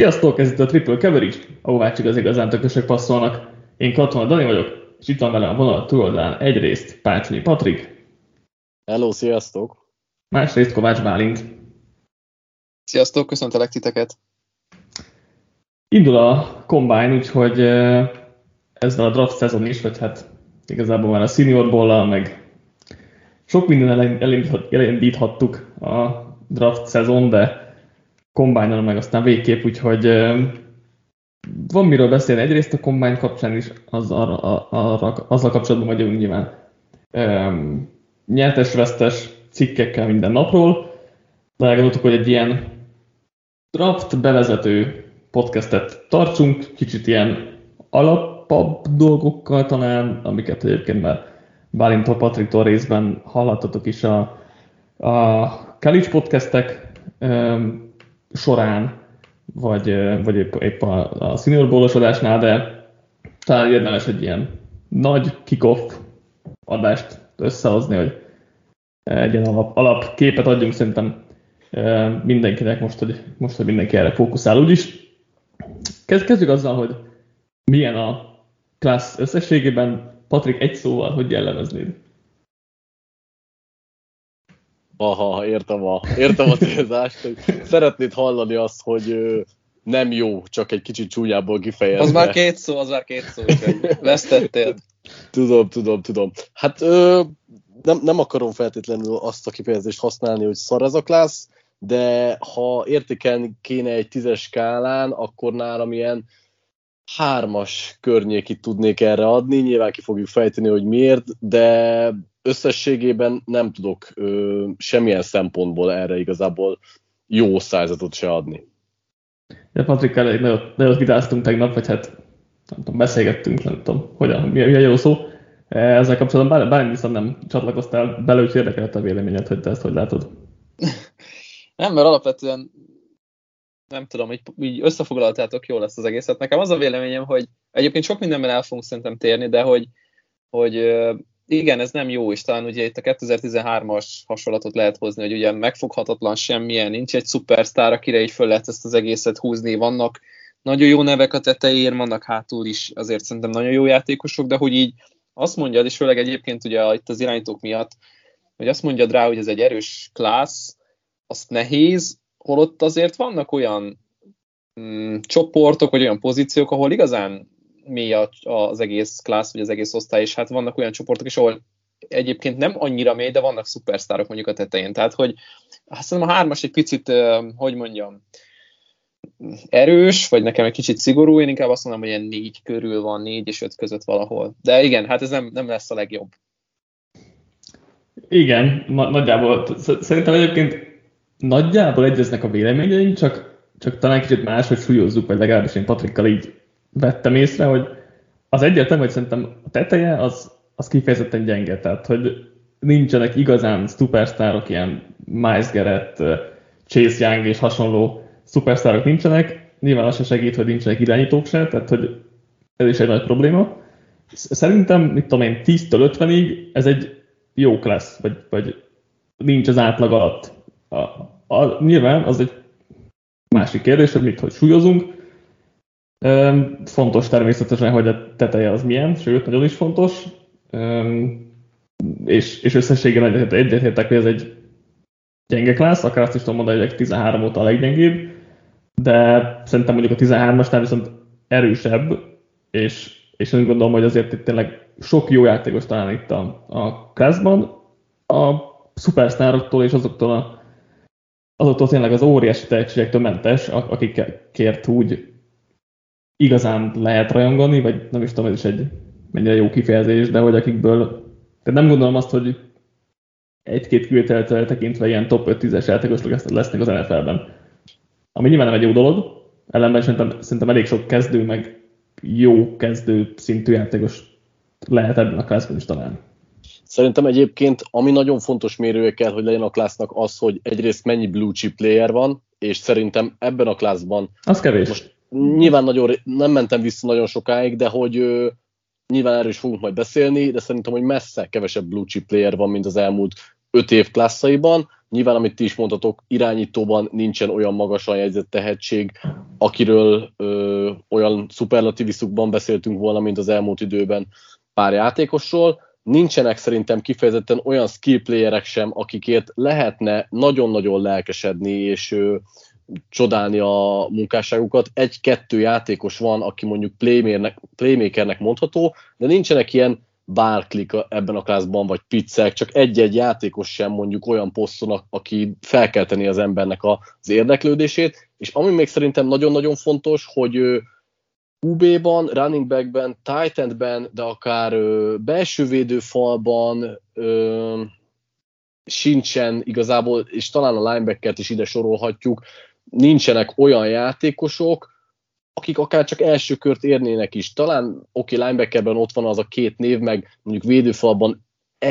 Sziasztok, ez itt a Triple Coverage, ahová csak az igazán tökösök passzolnak. Én Katona Dani vagyok, és itt van velem a vonal túloldalán egyrészt Pácsonyi Patrik. Hello, sziasztok! Másrészt Kovács Bálint. Sziasztok, köszöntelek titeket! Indul a Combine, úgyhogy ezzel a draft szezon is, vagy hát igazából már a Senior Bowl-al, meg sok minden elindíthattuk a draft szezon, de Combine-nal meg aztán végképp, úgyhogy van miről beszélni egyrészt a Combine kapcsán is, azzal kapcsolatban vagyunk nyilván nyertes-vesztes cikkekkel minden napról, de elgondoltuk, hogy egy ilyen draft bevezető podcastet tartsunk, kicsit ilyen alapabb dolgokkal talán, amiket egyébként már Bálinttól, Patriktól részben hallhattatok is a college podcastek során, vagy épp a Senior Bowl-os adásnál, de talán érdemes egy ilyen nagy kick-off adást összehozni, hogy egy ilyen alapképet adjunk szerintem mindenkinek most, hogy mindenki erre fókuszál úgyis. Kezdjük azzal, hogy milyen a class összességében. Patrik, egy szóval, hogy jellemeznéd? Aha, értem a célzást. Szeretnéd hallani azt, hogy nem jó, csak egy kicsit csúnyából kifejezve. Az már két szó, úgyhogy vesztettél. Tudom. Hát nem akarom feltétlenül azt a kifejezést használni, hogy szar ez a class, de ha értékelni kéne egy 10-es skálán, akkor nálam ilyen 3-as környékit tudnék erre adni. Nyilván ki fogjuk fejteni, hogy miért, de összességében nem tudok semmilyen szempontból erre igazából jó osztályzatot se adni. Ja, Patrikkal egy nagyot vitáztunk tegnap, vagy hát nem tudom, beszélgettünk, nem tudom, mi a jó szó. Ezzel kapcsolatban bármi viszont nem csatlakoztál bele, úgyhogy érdekelt a véleményed, hogy te ezt hogy látod. Nem, mert alapvetően nem tudom, így összefoglaltátok jól ezt az egészet. Nekem az a véleményem, hogy egyébként sok mindenben el fogunk szerintem térni, de hogy igen, ez nem jó, és talán ugye itt a 2013-as hasonlatot lehet hozni, hogy ugye megfoghatatlan semmilyen, nincs egy szupersztár, akire így föl lehet ezt az egészet húzni, vannak nagyon jó nevek a tetején, vannak hátul is azért szerintem nagyon jó játékosok, de hogy így azt mondjad, és főleg egyébként ugye itt az irányítók miatt, hogy azt mondjad rá, hogy ez egy erős class, azt nehéz, holott azért vannak olyan csoportok, vagy olyan pozíciók, ahol igazán mély az egész class, vagy az egész osztály, és hát vannak olyan csoportok is, ahol egyébként nem annyira mély, de vannak szupersztárok mondjuk a tetején. Tehát, hogy azt hiszem a 3-as egy picit, hogy mondjam, erős, vagy nekem egy kicsit szigorú, én inkább azt mondom, hogy ilyen 4 körül van, 4 és 5 között valahol. De igen, hát ez nem lesz a legjobb. Igen, nagyjából. Szerintem egyébként nagyjából egyeznek a véleményeink, csak talán kicsit máshogy súlyozzuk, vagy legalábbis én Patrikkal így vettem észre, hogy az egyértelmű, hogy szerintem a teteje az kifejezetten gyenge, tehát hogy nincsenek igazán szupersztárok, ilyen Miles Garrett, Chase Young és hasonló szupersztárok nincsenek, nyilván az se segít, hogy nincsenek irányítók se, tehát hogy ez is egy nagy probléma. Szerintem, mit tudom én, 10-től 50-ig ez egy jó class, vagy nincs az átlag alatt. Nyilván az egy másik kérdés, hogy hogy súlyozunk. Fontos természetesen, hogy a teteje az milyen, sőt, nagyon is fontos. És összességében egyetértek, hogy ez egy gyenge class, akár azt is tudom mondani, hogy 13 óta a leggyengébb, de szerintem mondjuk a 13-asnál viszont erősebb, és úgy gondolom, hogy azért itt tényleg sok jó játékos talán itt a classban. A szupersztároktól és azoktól tényleg az óriási tehetségektől mentes, akikért úgy igazán lehet rajongani, vagy nem is tudom, ez is egy mennyire jó kifejezés, de hogy akikből, tehát nem gondolom azt, hogy egy-két kivételtől tekintve ilyen top 5-10-es játékosok lesznek az NFL-ben. Ami nyilván nem egy jó dolog, ellenben szerintem elég sok kezdő, meg jó kezdő szintű játékos lehet ebben a classban is talán. Szerintem egyébként, ami nagyon fontos mérője kell, hogy legyen a classnak az, hogy egyrészt mennyi blue chip player van, és szerintem ebben a classban... Az kevés. Most nyilván nem mentem vissza nagyon sokáig, de hogy nyilván erről is fogunk majd beszélni, de szerintem, hogy messze kevesebb blue chip player van, mint az elmúlt 5 év klasszaiban, Nyilván, amit ti is mondhatok, irányítóban nincsen olyan magasan jegyzett tehetség, akiről olyan szuperlatíviszukban beszéltünk volna, mint az elmúlt időben pár játékosról. Nincsenek szerintem kifejezetten olyan skill playerek sem, akikért lehetne nagyon-nagyon lelkesedni és csodálni a munkásságukat. Egy-kettő játékos van, aki mondjuk playmakernek mondható, de nincsenek ilyen Barkley ebben a klászban, vagy Pizzek, csak egy-egy játékos sem mondjuk olyan poszton, aki felkelteni az embernek az érdeklődését, és ami még szerintem nagyon-nagyon fontos, hogy QB-ban, running backben, tight endben, de akár belső védőfalban sincsen igazából, és talán a linebackert is ide sorolhatjuk, nincsenek olyan játékosok, akik akár csak első kört érnének is. Talán linebackerben ott van az a két név, meg mondjuk védőfalban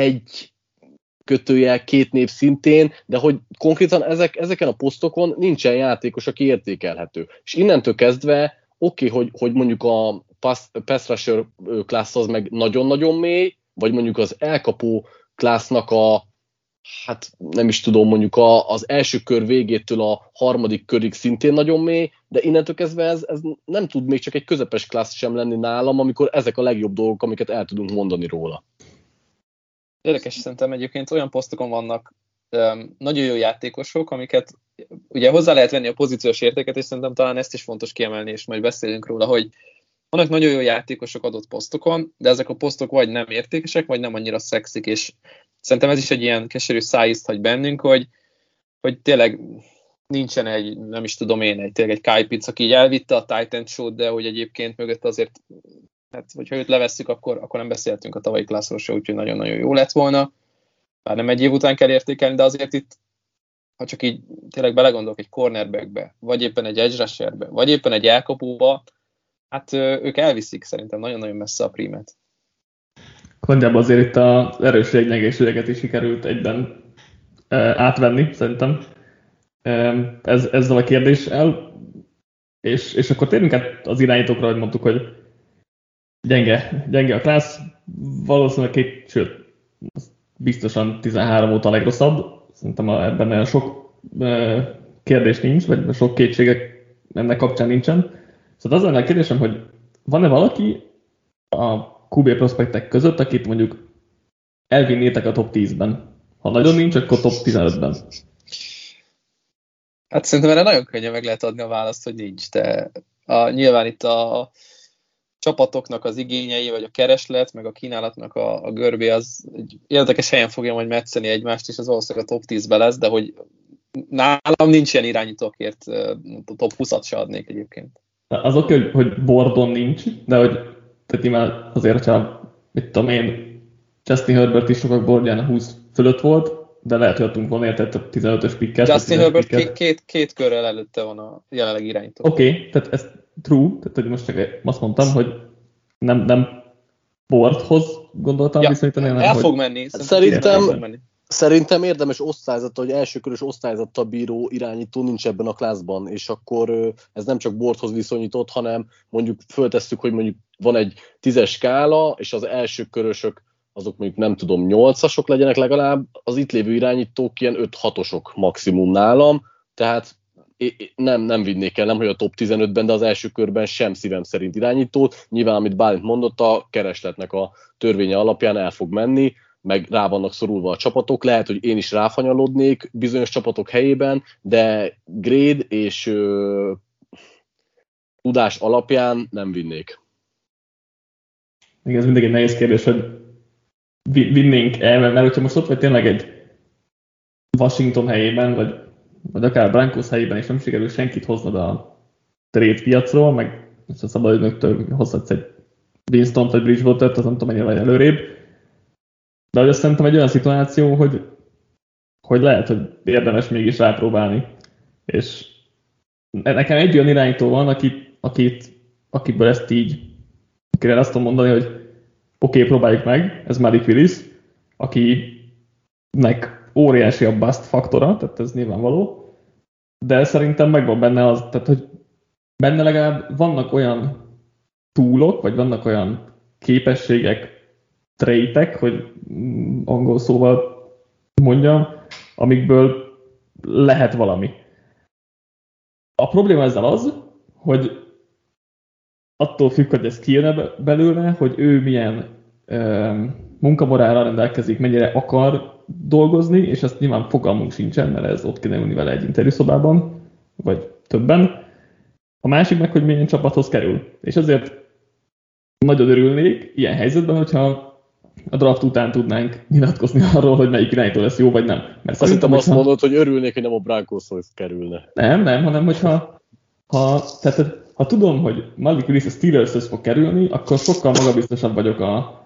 két név szintén, de hogy konkrétan ezeken a posztokon nincsen játékos, aki értékelhető. És innentől kezdve hogy mondjuk a pass rusher class az meg nagyon-nagyon mély, vagy mondjuk az elkapó classnak hát nem is tudom, mondjuk az első kör végétől a harmadik körig szintén nagyon mély, de innentől kezdve ez nem tud még csak egy közepes klassz sem lenni nálam, amikor ezek a legjobb dolgok, amiket el tudunk mondani róla. Érdekes, szerintem egyébként olyan posztokon vannak nagyon jó játékosok, amiket ugye hozzá lehet venni a pozíciós értéket, és szerintem talán ezt is fontos kiemelni, és majd beszélünk róla, hogy vannak nagyon jó játékosok adott posztokon, de ezek a posztok vagy nem értékesek, vagy nem annyira szexik, és szerintem ez is egy ilyen keserű szájízt hagy bennünk, hogy tényleg nincsen nem is tudom én, tényleg egy Kyle Pitts, aki így elvitte a Titan show-t, de hogy egyébként mögött azért, hát hogyha őt levesszük, akkor nem beszéltünk a tavalyi klasszról se, úgyhogy nagyon-nagyon jó lett volna. Bár nem egy év után kell értékelni, de azért itt, ha csak így tényleg belegondolok egy cornerbackbe, vagy éppen egy edge rusherbe, vagy éppen egy elkapóba, hát ők elviszik szerintem nagyon-nagyon messze a prímet. Nagyjából azért itt az erősség-gyengéségeket is sikerült egyben átvenni, szerintem ezzel a kérdéssel. És akkor térjünk át az irányítókra, hogy mondtuk, hogy gyenge a klassz, valószínűleg sőt, biztosan 13 óta a legrosszabb. Szerintem ebben nagyon sok kérdés nincs, vagy sok kétségek ennek kapcsán nincsen. Szóval az lenne a kérdésem, hogy van-e valaki a QB prospektek között, akit mondjuk elvinnétek a top 10-ben? Ha nagyon nincs, akkor top 15-ben. Hát szerintem erre nagyon könnyen meg lehet adni a választ, hogy nincs, de nyilván itt a csapatoknak az igényei, vagy a kereslet, meg a kínálatnak a görbé az egy érdekes helyen fogja majd metszeni egymást, és az valószínűleg a top 10-ben lesz, de hogy nálam nincs ilyen irányítókért, top 20-at se adnék egyébként. Az oké, hogy boardon nincs, de hogy tehát nyilván azért, hogyha mit tudom én, Justin Herbert is sokak boardján 20 fölött volt, de lehet, hogy adtunk volna érted a 15-ös picket. Justin Herbert két körrel előtte van a jelenleg irányító. Oké, tehát ez true, tehát hogy most csak azt mondtam, hogy nem boardhoz gondoltam viszonyítani. El fog menni. Szerintem érdemes osztályzata, hogy elsőkörös osztályzattal bíró irányító nincs ebben a klászban, és akkor ez nem csak boardhoz viszonyított, hanem mondjuk föltesszük, hogy mondjuk van egy 10-es skála, és az elsőkörösök azok mondjuk nem tudom 8-asok legyenek legalább, az itt lévő irányítók ilyen 5-6-osok maximum nálam, tehát nem vinnék el, nem hogy a top 15-ben, de az első körben sem szívem szerint irányítót. Nyilván, amit Bálint mondott, a keresletnek a törvénye alapján el fog menni, meg rá vannak szorulva a csapatok. Lehet, hogy én is ráfanyalodnék bizonyos csapatok helyében, de grade és tudás alapján nem vinnék. Igen, ez mindig egy nehéz kérdés, hogy vinnénk el, mert hogyha most ott vagy tényleg egy Washington helyében, vagy akár Broncos helyében, és nem sikerül senkit hoznod a trade piacról, meg a szabadügynöktől hozhatsz egy Winston-t vagy Bridgewater-t, az nem tudom mennyire vagy előrébb. De hogy azt szerintem egy olyan szituáció, hogy lehet, hogy érdemes mégis rápróbálni. És nekem egy olyan irányító van, akiből ezt így, akire azt tudom mondani, hogy oké, próbáljuk meg, ez Malik Willis, akinek óriási a bust faktora, tehát ez nyilvánvaló, de szerintem megvan benne az, tehát hogy benne legalább vannak olyan túlok, vagy vannak olyan képességek, treitek, hogy angol szóval mondjam, amikből lehet valami. A probléma ezzel az, hogy attól függ, hogy ez kijön belőle, hogy ő milyen munkamorálra rendelkezik, mennyire akar dolgozni, és ezt nyilván fogalmunk sincsen, mert ez ott kéne ülni vele egy interjúszobában, vagy többen. A másik meg, hogy milyen csapathoz kerül. És azért nagyon örülnék ilyen helyzetben, hogyha a draft után tudnánk nyilatkozni arról, hogy melyik irányító lesz jó, vagy nem. Mert szerintem azt mondod, hogy örülnék, hogy nem a Broncoshoz kerülne. Nem, hanem hogyha ha tudom, hogy Malik Willis a Steelershez fog kerülni, akkor sokkal magabiztosabb vagyok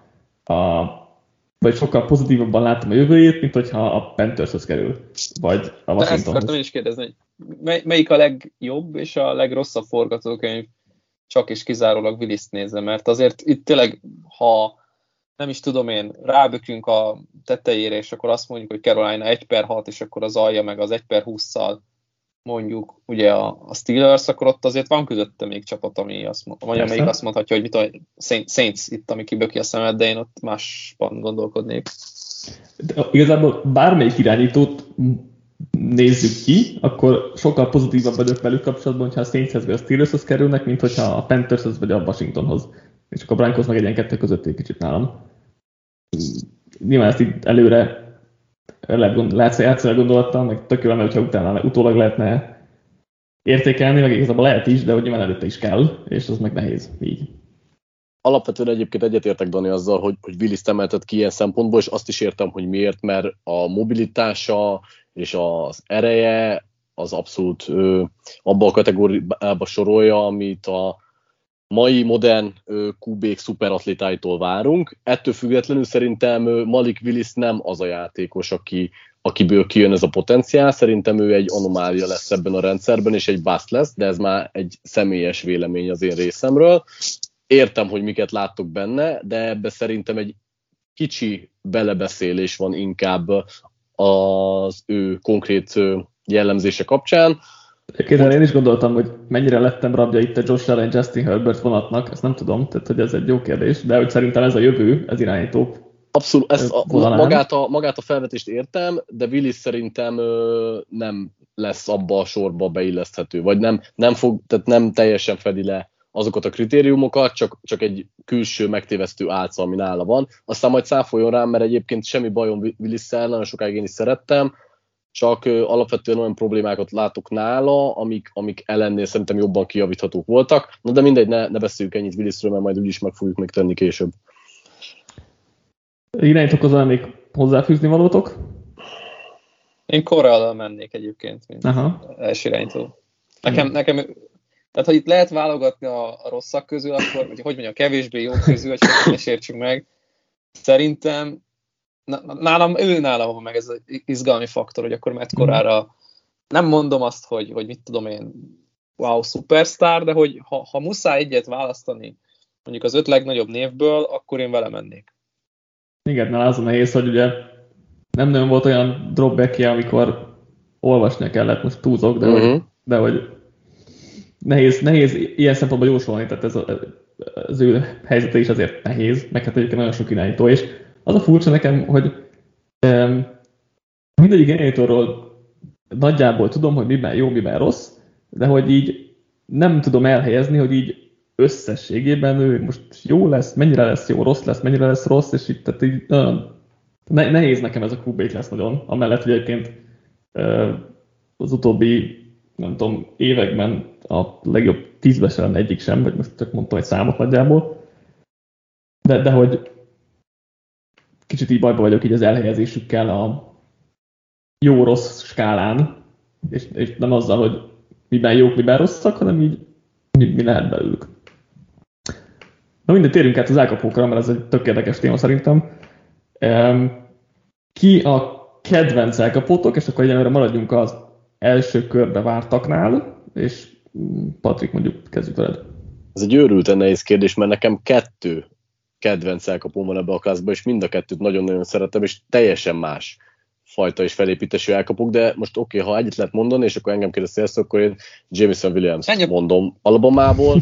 vagy sokkal pozitívabban látom a jövőjét, mint hogyha a Panthershez kerül, vagy a Washingtonhoz. De ezt akartam én is kérdezni, hogy melyik a legjobb és a legrosszabb forgatókönyv, csak és kizárólag Willis-t nézve, mert azért itt tényleg, ha nem is tudom én, rábökünk a tetejére, és akkor azt mondjuk, hogy Carolina 1/6, és akkor az alja meg az 1/20-szal mondjuk ugye a Steelers, akkor ott azért van közötte még csapat, ami azt mondhatja, hogy mit a Saints itt, ami kiböki a szemed, de én ott másban gondolkodnék. De igazából bármelyik irányítót nézzük ki, akkor sokkal pozitívabb vagyok velük kapcsolatban, hogyha a Saintshez vagy a Steelershez kerülnek, mint hogyha a Panthershez vagy a Washingtonhoz. És akkor a Broncos meg egy ilyen kettő között egy kicsit nálam. Nyilván ezt így előre látszani gondolattal, meg tök jó lenne, hogyha utána utólag lehetne értékelni, meg igazából lehet is, de hogy nyilván előtte is kell, és az meg nehéz így. Alapvetően egyébként egyetértek, Dani, azzal, hogy Willis-t emeltet ki ilyen szempontból, és azt is értem, hogy miért, mert a mobilitása és az ereje az abszolút abba a kategóriába sorolja, amit a mai modern QB-k szuperatlétáitól várunk. Ettől függetlenül szerintem Malik Willis nem az a játékos, akiből kijön ez a potenciál. Szerintem ő egy anomália lesz ebben a rendszerben, és egy bust lesz, de ez már egy személyes vélemény az én részemről. Értem, hogy miket láttok benne, de ebbe szerintem egy kicsi belebeszélés van inkább az ő konkrét jellemzése kapcsán. Egyébként én is gondoltam, hogy mennyire lettem rabja itt a Josh Allen, Justin Herbert vonatnak, ezt nem tudom, tehát hogy ez egy jó kérdés, de hogy szerintem ez a jövő, ez irányító. Abszolút, magát a felvetést értem, de Willis szerintem nem lesz abba a sorba beilleszthető, vagy nem teljesen fedi le azokat a kritériumokat, csak egy külső megtévesztő álca, ami nála van. Aztán majd száfoljon rám, mert egyébként semmi bajom Willis-szel, nagyon sokáig én is szerettem, csak alapvetően olyan problémákat látok nála, amik ellennél szerintem jobban kijavíthatók voltak. Na de mindegy, ne beszéljük ennyit Willisről, mert majd úgyis meg fogjuk még tenni később. Irányítókhoz van még hozzáfűzni valótok? Én Corral-al mennék egyébként, mint első irányító. Nekem, tehát ha itt lehet válogatni a rosszak közül, akkor, hogy mondjam, a kevésbé jó közül, hogy ne sértsünk meg, szerintem nálam van meg ez az izgalmi faktor, hogy akkor Matt Corralra nem mondom azt, hogy mit tudom én, wow, szupersztár, de hogy ha muszáj egyet választani mondjuk az 5 legnagyobb névből, akkor én vele mennék. Igen, az a nehéz, hogy ugye nem nagyon volt olyan dropbackje, amikor olvasnia kellett, most túlzok, de hogy nehéz ilyen szempontból jósolni, tehát ez az ő helyzete is azért nehéz, meg hát egyébként nagyon sok irányító, és az a furcsa nekem, hogy mindegyik irányítóról nagyjából tudom, hogy miben jó, miben rossz, de hogy így nem tudom elhelyezni, hogy így összességében ő most jó lesz, mennyire lesz jó, rossz lesz, mennyire lesz rossz, és így, tehát így nehéz nekem ez a QB lesz nagyon, amellett, hogy egyébként az utóbbi, nem tudom, években a legjobb 10-ben sem egyik sem, vagy most csak mondtam egy számot nagyjából, de hogy kicsit így bajba vagyok így az elhelyezésükkel a jó-rossz skálán, és nem azzal, hogy miben jók, miben rosszak, hanem így mi lehet belőlük. Na mindegy, térjünk át az elkapókra, mert ez egy tök érdekes téma szerintem. Ki a kedvenc elkapótok, és akkor egyenlőre maradjunk az első körbe vártaknál, és Patrik, mondjuk kezdjük veled. Ez egy őrülten nehéz kérdés, mert nekem 2 kedvenc elkapóm van ebbe a classba, és mind a 2-t nagyon-nagyon szeretem, és teljesen más fajta és felépítésű elkapók, de most oké, ha egyet lehet mondani, és akkor engem kérdeztél ezt, akkor én Jameson Williams mondom Alabamából.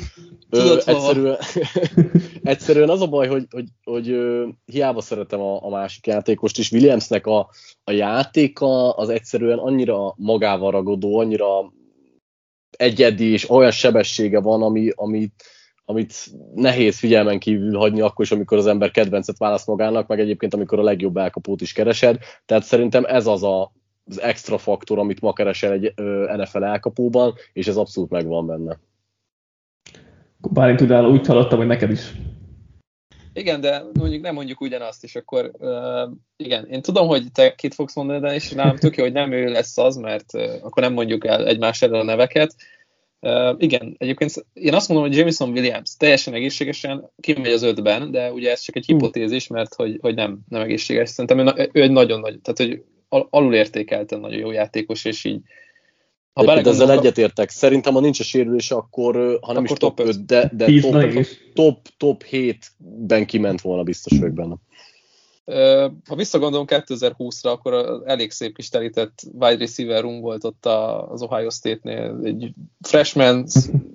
Egyszerűen az a baj, hogy hiába szeretem a másik játékost is, Williamsnek a játéka az egyszerűen annyira magával ragadó, annyira egyedi, és olyan sebessége van, amit nehéz figyelmen kívül hagyni akkor is, amikor az ember kedvencet választ magának, meg egyébként amikor a legjobb elkapót is keresed. Tehát szerintem ez az az extra faktor, amit ma keresel egy NFL elkapóban, és ez abszolút megvan benne. Bálint tudál, úgy hallottam, hogy neked is. Igen, de mondjuk nem mondjuk ugyanazt is, akkor igen, én tudom, hogy te kit fogsz mondani, de és nálam tök jó, hogy nem ő lesz az, mert akkor nem mondjuk el egymás elől a neveket. Igen, egyébként én azt mondom, hogy Jameson Williams teljesen egészségesen kimegy az 5-ben, de ugye ez csak egy hipotézis, mert hogy nem egészséges. Szerintem ő egy nagyon nagy, tehát hogy alulértékelten nagyon jó játékos, és így de ezzel egyetértek. Szerintem, ha nincs a sérülése, akkor ha nem is top 5, de top 7-ben kiment volna, biztos vagyok benne. Ha visszagondolom 2020-ra, akkor elég szép kis telített wide receiver room volt ott az Ohio State-nél. Egy freshman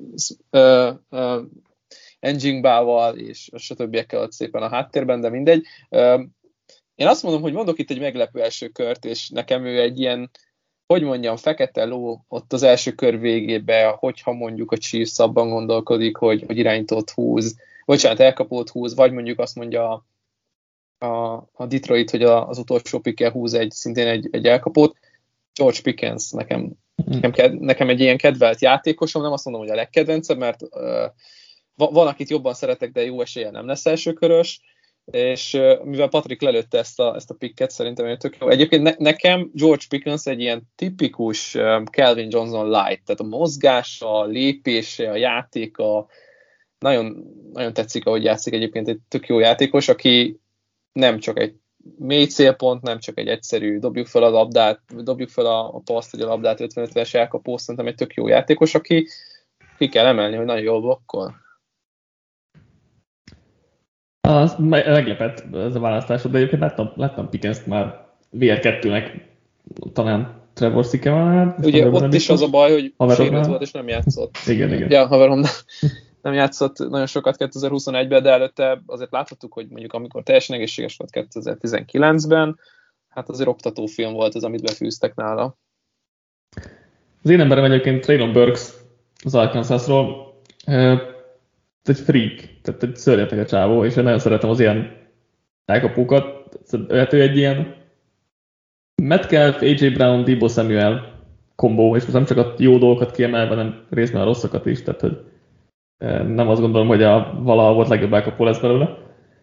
Njingbával és stb. Ott szépen a háttérben, de mindegy. Én azt mondom, hogy mondok itt egy meglepő első kört, és nekem ő egy ilyen, hogy mondjam, fekete ló ott az első kör végébe, hogyha mondjuk a Chiefs abban gondolkodik, hogy irányítót húz, elkapót húz, vagy mondjuk azt mondja a Detroit, hogy az utolsó pickkel húz szintén egy elkapót. George Pickens nekem egy ilyen kedvelt játékosom, nem azt mondom, hogy a legkedvencebb, mert van, akit jobban szeretek, de jó eséllyel nem lesz elsőkörös, és mivel Patrick lelőtte ezt a picket, szerintem ő tök jó. Egyébként nekem George Pickens egy ilyen tipikus Calvin Johnson light, tehát a mozgása, a lépése, a játéka, nagyon, nagyon tetszik, ahogy játszik, egyébként egy tök jó játékos, aki nem csak egy mély célpont, nem csak egy egyszerű dobjuk fel a labdát, dobjuk fel a paszt, vagy a labdát 50-50-es elkapó, szerintem egy tök jó játékos, aki ki kell emelni, hogy nagyon jól blokkol. Az meglepett ez a választásod, de egyébként láttam Pickenst már VR2-nek, talán Trevor Sikemánál. Ugye ott is az a baj, hogy sérült volt és nem játszott. Igen. Ja, haverom nem játszott nagyon sokat 2021-ben, de előtte azért láthattuk, hogy mondjuk amikor teljesen egészséges volt 2019-ben, hát azért oktatófilm volt az, amit befűztek nála. Az én emberem egyébként Traylon Burks az Arkansasról, egy freak, tehát egy szörnyeteg a csávó, és én nagyon szeretem az ilyen elkapókat. Ő egy ilyen Metcalf, AJ Brown, Deebo Samuel kombó, és most nem csak a jó dolgokat kiemelve, hanem részben a rosszakat is, tehát hogy nem azt gondolom, hogy valaha volt legjobb elkapó lesz belőle,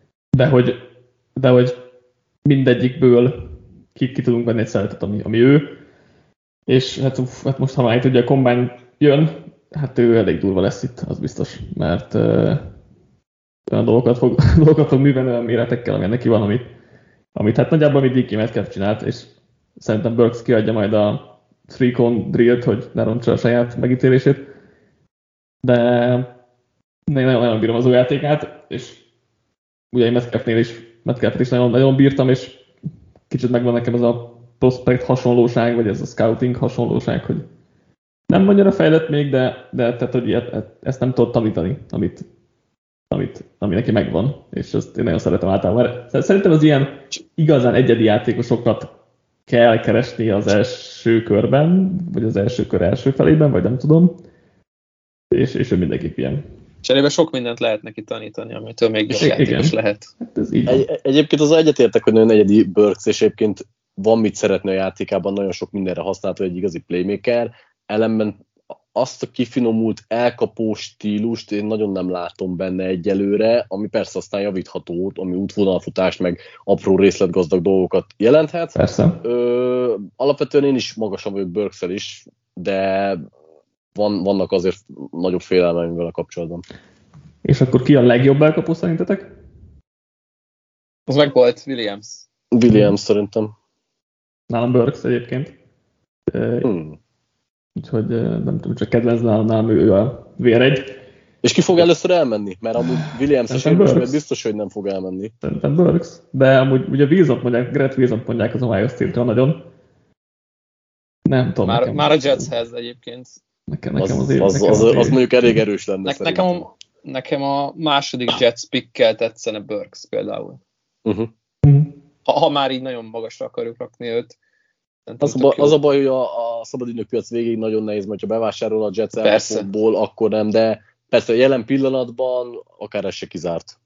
de hogy mindegyikből ki tudunk venni egy szeretet, ami ő, és hát most ha már tudja, a Combine jön, hát ő elég durva lesz itt, az biztos, mert olyan dolgokat fog művelni olyan méretekkel, amilyen neki van, amit hát nagyjából amit DK Metcalf csinált, és szerintem Burks kiadja majd a 3-cone drillt, hogy ne rontsa a saját megítélését, de nagyon bírom az új játékát, és ugye én Metcalfet is nagyon bírtam, és kicsit megvan nekem ez a prospect hasonlóság, vagy ez a scouting hasonlóság, hogy nem annyira fejlett még, de tehát, hogy ezt nem tudod tanítani, ami neki megvan, és ezt én nagyon szeretem általában. Szerintem az ilyen igazán egyedi játékosokat kell keresni az első körben, vagy az első kör első felében, vagy nem tudom, és ő mindenképp ilyen. Cserébe sok mindent lehet neki tanítani, amitől még jobb játékos lehet. Hát ez így egyébként az egyetértek, hogy nagyon egyedi Burks, és egyébként van mit szeretni a játékában, nagyon sok mindenre használható egy igazi playmaker, ellenben azt a kifinomult elkapó stílust én nagyon nem látom benne egyelőre, ami persze aztán javítható, ami útvonalfutást, meg apró részletgazdag dolgokat jelenthet. Persze. Alapvetően én is magasabb vagyok Burksel is, de vannak azért nagyobb félelmeim vele kapcsolatban. És akkor ki a legjobb elkapó szerintetek? Az meg volt Williams szerintem. Nálam Burks egyébként. Úgyhogy nem tudom, csak kedvenc nálam ő a VR1. És ki fog először elmenni? Mert amúgy Williams is Burks. biztos, hogy nem fog elmenni. Szerintem Burks. De amúgy ugye Wilson-t mondják, Garrett Wilson-t mondják az Ohio State-ről nagyon. Nem tudom. Már a Jetshez egyébként. Nekem az mondjuk elég erős lenne. Nekem a második Jets pickkel tetszene Burks például. Uh-huh. Ha már így nagyon magasra akarjuk rakni őt. Az a baj, hogy a szabadügynök piac végig nagyon nehéz, mert ha bevásárol a Jets elfogból, akkor nem, de persze jelen pillanatban akár ez se kizárt.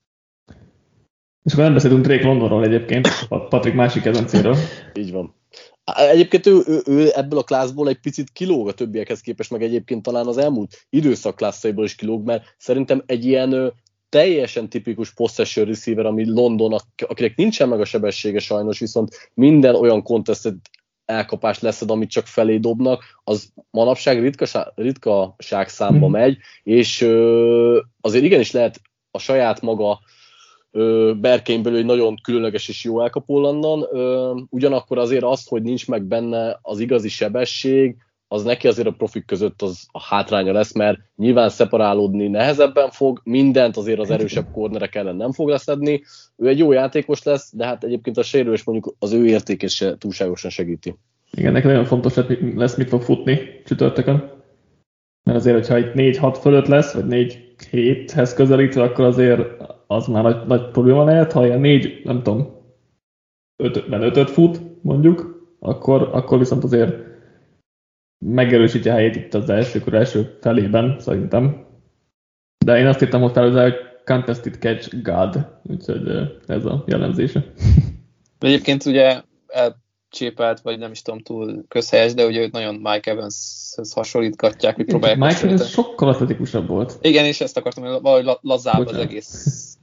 És akkor nem beszéltünk Drake Londonról egyébként, Patrik másik kedvencéről. Így van. Egyébként ő ebből a klászból egy picit kilóg a többiekhez képest, meg egyébként talán az elmúlt időszak klászaiból is kilóg, mert szerintem egy ilyen teljesen tipikus possession receiver, ami London, akinek nincsen meg a sebessége sajnos, viszont minden olyan contested elkapást leszed, amit csak felé dobnak, az manapság ritkaság számba megy, és azért igenis lehet a saját maga berkein belül egy nagyon különleges és jó elkapó London, ugyanakkor azért azt, hogy nincs meg benne az igazi sebesség, az neki azért a profik között az a hátránya lesz, mert nyilván szeparálódni nehezebben fog, mindent azért az erősebb kornerek ellen nem fog leszedni. Ő egy jó játékos lesz, de hát egyébként a sérülés mondjuk az ő értékét se túlságosan segíti. Igen, neki nagyon fontos lesz, mit fog futni csütörtökön. Mert azért, hogyha itt 4-6 fölött lesz, vagy 4-7-hez közelítve, akkor azért az már nagy probléma lehet. Ha ilyen 4, nem tudom, 5 fut mondjuk, akkor viszont azért megerősíti a helyét itt az első felében, szerintem. De én azt írtam hozzá, hogy contested catch god, úgyhogy ez a jellemzése. Egyébként ugye elcsépelt, vagy nem is tudom, túl közhelyes, de ugye őt nagyon Mike Evans-hez hasonlítgatják, hogy próbálják Mike Evans sokkal atletikusabb volt. Igen, és ezt akartam, hogy valahogy lazább az egész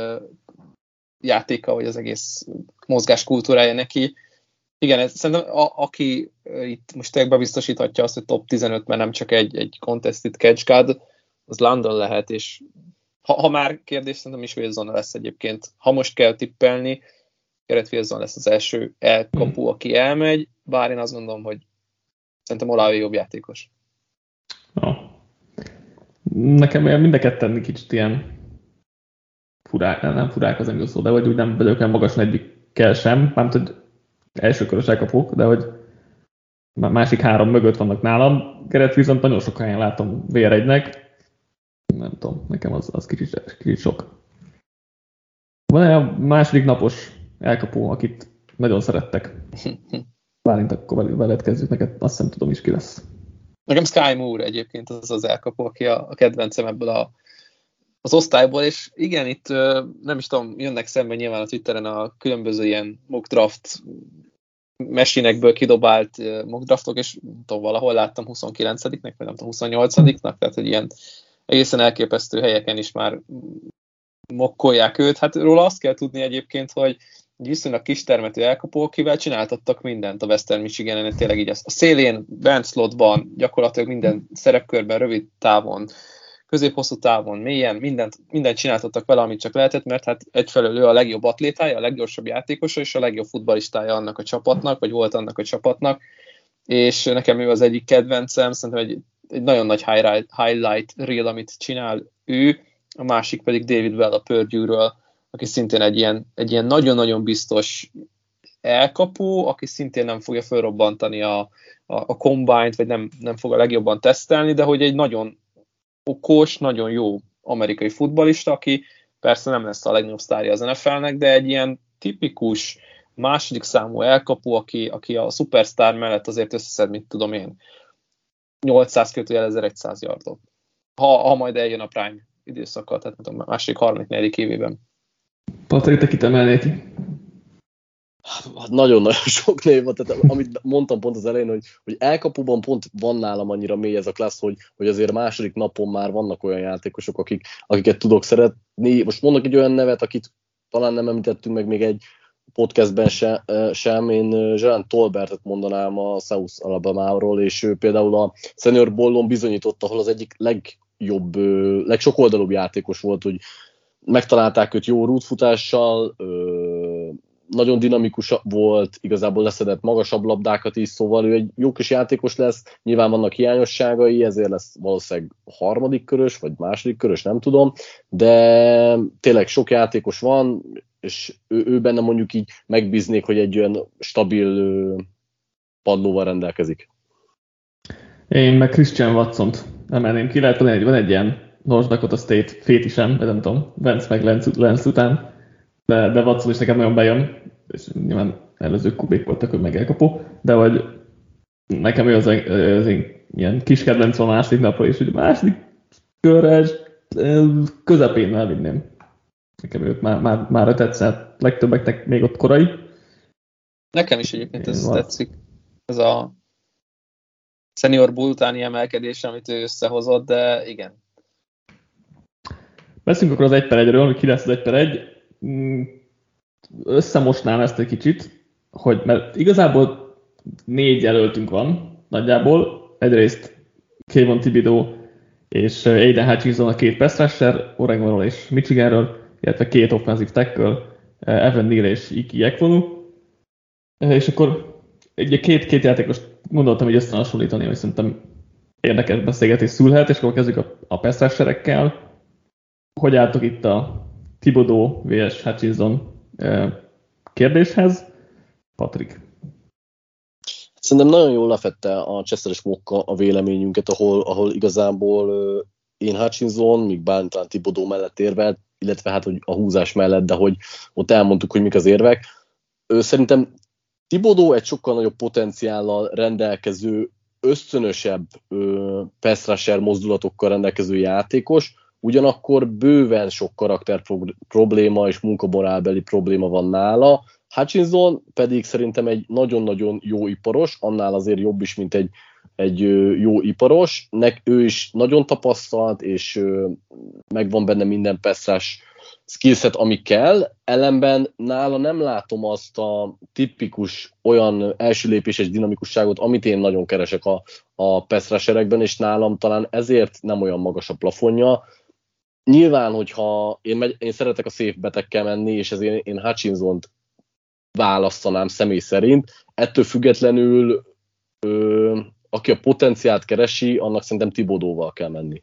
játéka, vagy az egész mozgáskultúrája neki. Igen, szerintem aki itt most tényleg bebiztosíthatja azt, hogy top 15, mert nem csak egy contested catch guard, az London lehet, és ha már kérdés, szerintem is Wilson lesz egyébként. Ha most kell tippelni, Garrett Wilson lesz az első elkapu, aki elmegy, bár én azt gondolom, hogy szerintem Olave jobb játékos. Nekem mind a ketten kicsit ilyen furák, nem furák az nem jó szó, de hogy úgy nem vagyok olyan magas egyikkel sem, mármint, hogy elsőkörös elkapok, de hogy másik 3 mögött vannak nálam. Garrett Wilson nagyon sok helyen látom VR1-nek. Nem tudom, nekem az kicsit sok. Van egy második napos elkapó, akit nagyon szerettek. Bálint, akkor veled kezdjük, neked azt hiszem tudom is ki lesz. Nekem Sky Moore egyébként az elkapó, aki a kedvencem ebből az osztályból, és igen, itt nem is tudom, jönnek szemben nyilván a Twitteren a különböző ilyen mock draft mesinekből kidobált mock draftok, és tudom, valahol láttam 29-nek, vagy nem tudom, 28-nak, tehát hogy ilyen egészen elképesztő helyeken is már mokkolják őt. Hát róla azt kell tudni egyébként, hogy egy viszonylag kistermető elkapó, akivel csináltattak mindent a Western Michiganen, tényleg így a szélén, bent slotban, gyakorlatilag minden szerepkörben, rövid távon, középhosszú távon, mélyen, mindent csináltattak vele, amit csak lehetett, mert hát egyfelől ő a legjobb atlétája, a leggyorsabb játékosa, és a legjobb futballistája annak a csapatnak, vagy volt annak a csapatnak, és nekem ő az egyik kedvencem, szerintem egy nagyon nagy highlight reel, amit csinál ő, a másik pedig David Bell a Purdue-ről, aki szintén egy ilyen nagyon-nagyon biztos elkapó, aki szintén nem fogja felrobbantani a combine-t, vagy nem fog a legjobban tesztelni, de hogy egy nagyon okos, nagyon jó amerikai futballista, aki persze nem lesz a legnagyobb sztárja az NFL-nek, de egy ilyen tipikus második számú elkapó, aki a szupersztár mellett azért összeszed, mit tudom én, 800-1100 yardot. Ha majd eljön a prime időszaka, tehát nem tudom, második, harmadik, negyedik évében. Patrik, te kit emelnél ki? Nagyon-nagyon sok név van, tehát amit mondtam pont az elején, hogy elkapuban pont van nálam annyira mély ez a klassz, hogy azért a második napon már vannak olyan játékosok, akiket tudok szeretni. Most mondok egy olyan nevet, akit talán nem említettünk meg még egy podcastben sem. Én Jean Tolbertet mondanám a South Alabama-ról, és ő például a Senior Bowl-on bizonyított, ahol az egyik legjobb, legsokoldalúbb játékos volt, hogy megtalálták őt jó rútfutással, nagyon dinamikus volt, igazából leszedett magasabb labdákat is, szóval ő egy jó kis játékos lesz, nyilván vannak hiányosságai, ezért lesz valószínűleg harmadik körös, vagy második körös, nem tudom, de tényleg sok játékos van, és ő benne mondjuk így megbíznék, hogy egy olyan stabil padlóval rendelkezik. Én meg Christian Watsont emelném ki, lehet van egy ilyen North Dakota State fétisem, nem tudom, Vance meg Lance után, de Watson is nekem nagyon bejön, és nyilván előző kubék voltak, hogy meg elkapó, de hogy nekem ő az ilyen kis kedvenc a második napra is, hogy a második körre közepén elvinném. Nekem őt már tetszett, legtöbbeknek még ott korai. Nekem is egyébként ez tetszik. Ez a senior bull utáni emelkedés, amit ő összehozott, de igen. Beszéljünk akkor az 1/1-ről, hogy ki lesz az 1/1. Összemosnám ezt egy kicsit, mert igazából 4 jelöltünk van nagyjából. Egyrészt Kayvon Thibodeau és Aiden Hutchinson a 2 pass rusher, Oregonról és Michiganről, illetve 2 offensive tackle, Evan Neal és Iki Ekwonu. És akkor egy két játékost gondoltam így összehasonlítani, hogy szerintem érdekes beszélgetés szülhet, és akkor kezdjük a pass rusherekkel. Hogy álltok itt a Thibodeau vs. Hutchinson kérdéshez? Patrik. Szerintem nagyon jól lefette a Chesteres Mokka a véleményünket, ahol igazából én Hutchinson, míg talán Thibodeau mellett érvelt, illetve hát hogy a húzás mellett, de hogy ott elmondtuk, hogy mik az érvek. Szerintem Thibodeau egy sokkal nagyobb potenciállal rendelkező, ösztönösebb pass rusher mozdulatokkal rendelkező játékos, ugyanakkor bőven sok karakter probléma és munkamorálbeli probléma van nála. Hutchinson pedig szerintem egy nagyon-nagyon jó iparos, annál azért jobb is, mint egy jó iparos. Ő is nagyon tapasztalt, és megvan benne minden pass rush skillset, ami kell. Ellenben nála nem látom azt a tipikus olyan első lépéses dinamikusságot, amit én nagyon keresek a pass rusherekben, és nálam talán ezért nem olyan magas a plafonja. Nyilván, hogyha én szeretek a safe betekkel menni, és ezért én Hutchinsont választanám személy szerint. Ettől függetlenül, aki a potenciált keresi, annak szerintem Thibodeauval kell menni.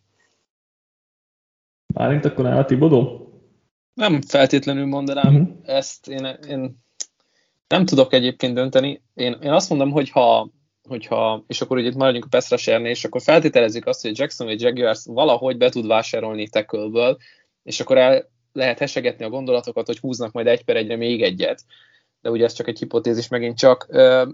Bálint akkor áll a Thibodeau? Nem feltétlenül mondanám ezt. Én nem tudok egyébként dönteni. Én azt mondom, hogyha és akkor ugye itt maradjunk a pass rushernél, és akkor feltételezzük azt, hogy Jackson vagy Jaguars valahogy be tud vásárolni tackle-ből, és akkor el lehet hesegetni a gondolatokat, hogy húznak majd 1/1-re még egyet. De ugye ez csak egy hipotézis megint csak.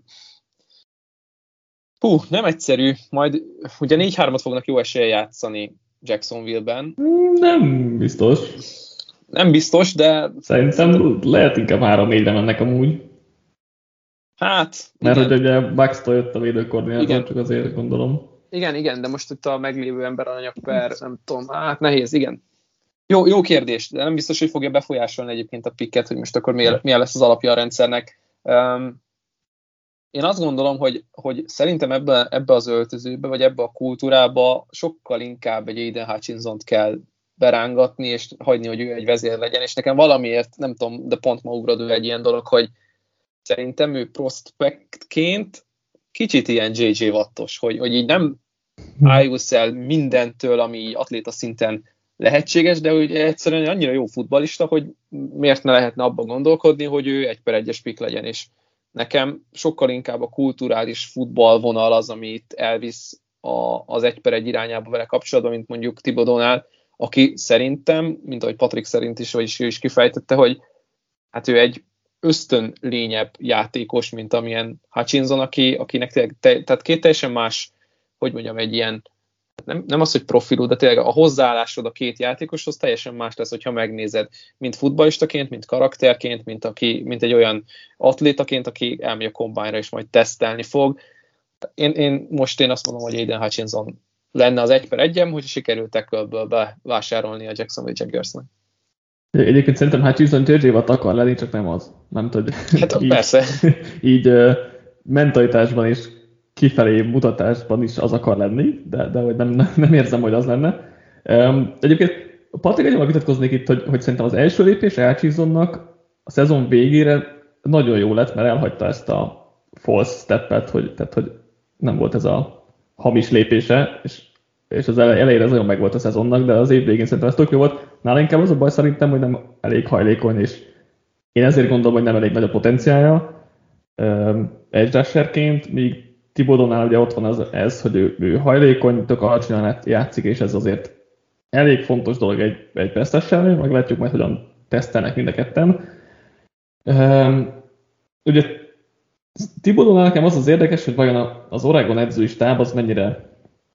Nem egyszerű. Majd ugye 4-3-at fognak jó eséllyel játszani Jacksonville-ben. Nem biztos. Nem biztos, de... Szerintem lehet inkább 3-4-re mennek amúgy. Hát, mert igen. Hogy ugye Bucks-tól jött a védőkoordinátor, csak azért gondolom. Igen, de most itt a meglévő emberanyag per, nem tudom, hát nehéz, igen. Jó kérdés, de nem biztos, hogy fogja befolyásolni egyébként a picket, hogy most akkor milyen lesz az alapja a rendszernek. Én azt gondolom, hogy szerintem ebbe az öltözőbe, vagy ebbe a kultúrába sokkal inkább egy Aiden Hutchinsont kell berángatni, és hagyni, hogy ő egy vezér legyen, és nekem valamiért, nem tudom, de pont ma ugradó egy ilyen dolog, hogy szerintem ő prospektként kicsit ilyen JJ Wattos, hogy így nem álljusz el mindentől, ami atléta szinten lehetséges, de hogy egyszerűen annyira jó futballista, hogy miért ne lehetne abban gondolkodni, hogy ő 1/1-es pick legyen, és nekem sokkal inkább a kulturális futballvonal az, amit elvisz az 1/1 irányába vele kapcsolatban, mint mondjuk Thibodeaunál, aki szerintem, mint ahogy Patrik szerint is, vagyis ő is kifejtette, hogy hát ő egy ösztönlényebb játékos, mint amilyen Hutchinson, akinek tehát két teljesen más, hogy mondjam, egy ilyen, nem az, hogy profilú, de tényleg a hozzáállásod a két játékoshoz teljesen más lesz, hogyha megnézed, mint futballistaként, mint karakterként, mint egy olyan atlétaként, aki elmegy a combine-ra és majd tesztelni fog. Én azt mondom, hogy Aiden Hutchinson lenne az 1/1-em, hogy sikerült tackle-ből bevásárolni a Jacksonville Jaguarsnak. Egyébként szerintem Hutchinson JJ Watt akar lenni, csak nem az. Nem tudod. Hát így, persze. Így mentalitásban és kifelé mutatásban is az akar lenni, de hogy nem érzem, hogy az lenne. Egyébként Patrik, egyébként vitatkoznék itt, hogy szerintem az első lépés Hutchinsonnak a szezon végére nagyon jó lett, mert elhagyta ezt a false steppet, tehát hogy nem volt ez a hamis lépése, és az elejére ez nagyon meg volt a szezonnak, de az év végén szerintem ez tök jó volt. Nála inkább az a baj szerintem, hogy nem elég hajlékony, és én ezért gondolom, hogy nem elég nagy a potenciálja edge rusherként, míg Thibodeaunál ugye ott van ez, hogy ő hajlékony, tök alacsonyan játszik, és ez azért elég fontos dolog egy pass rushernél, meglátjuk majd, hogyan tesztelnek mind a ketten. Ugye Thibodeaunál nekem az érdekes, hogy vajon az Oregon edzői stáb az mennyire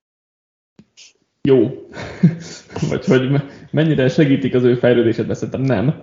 jó, vagy hogy mennyire segítik az ő fejlődését, szerintem nem.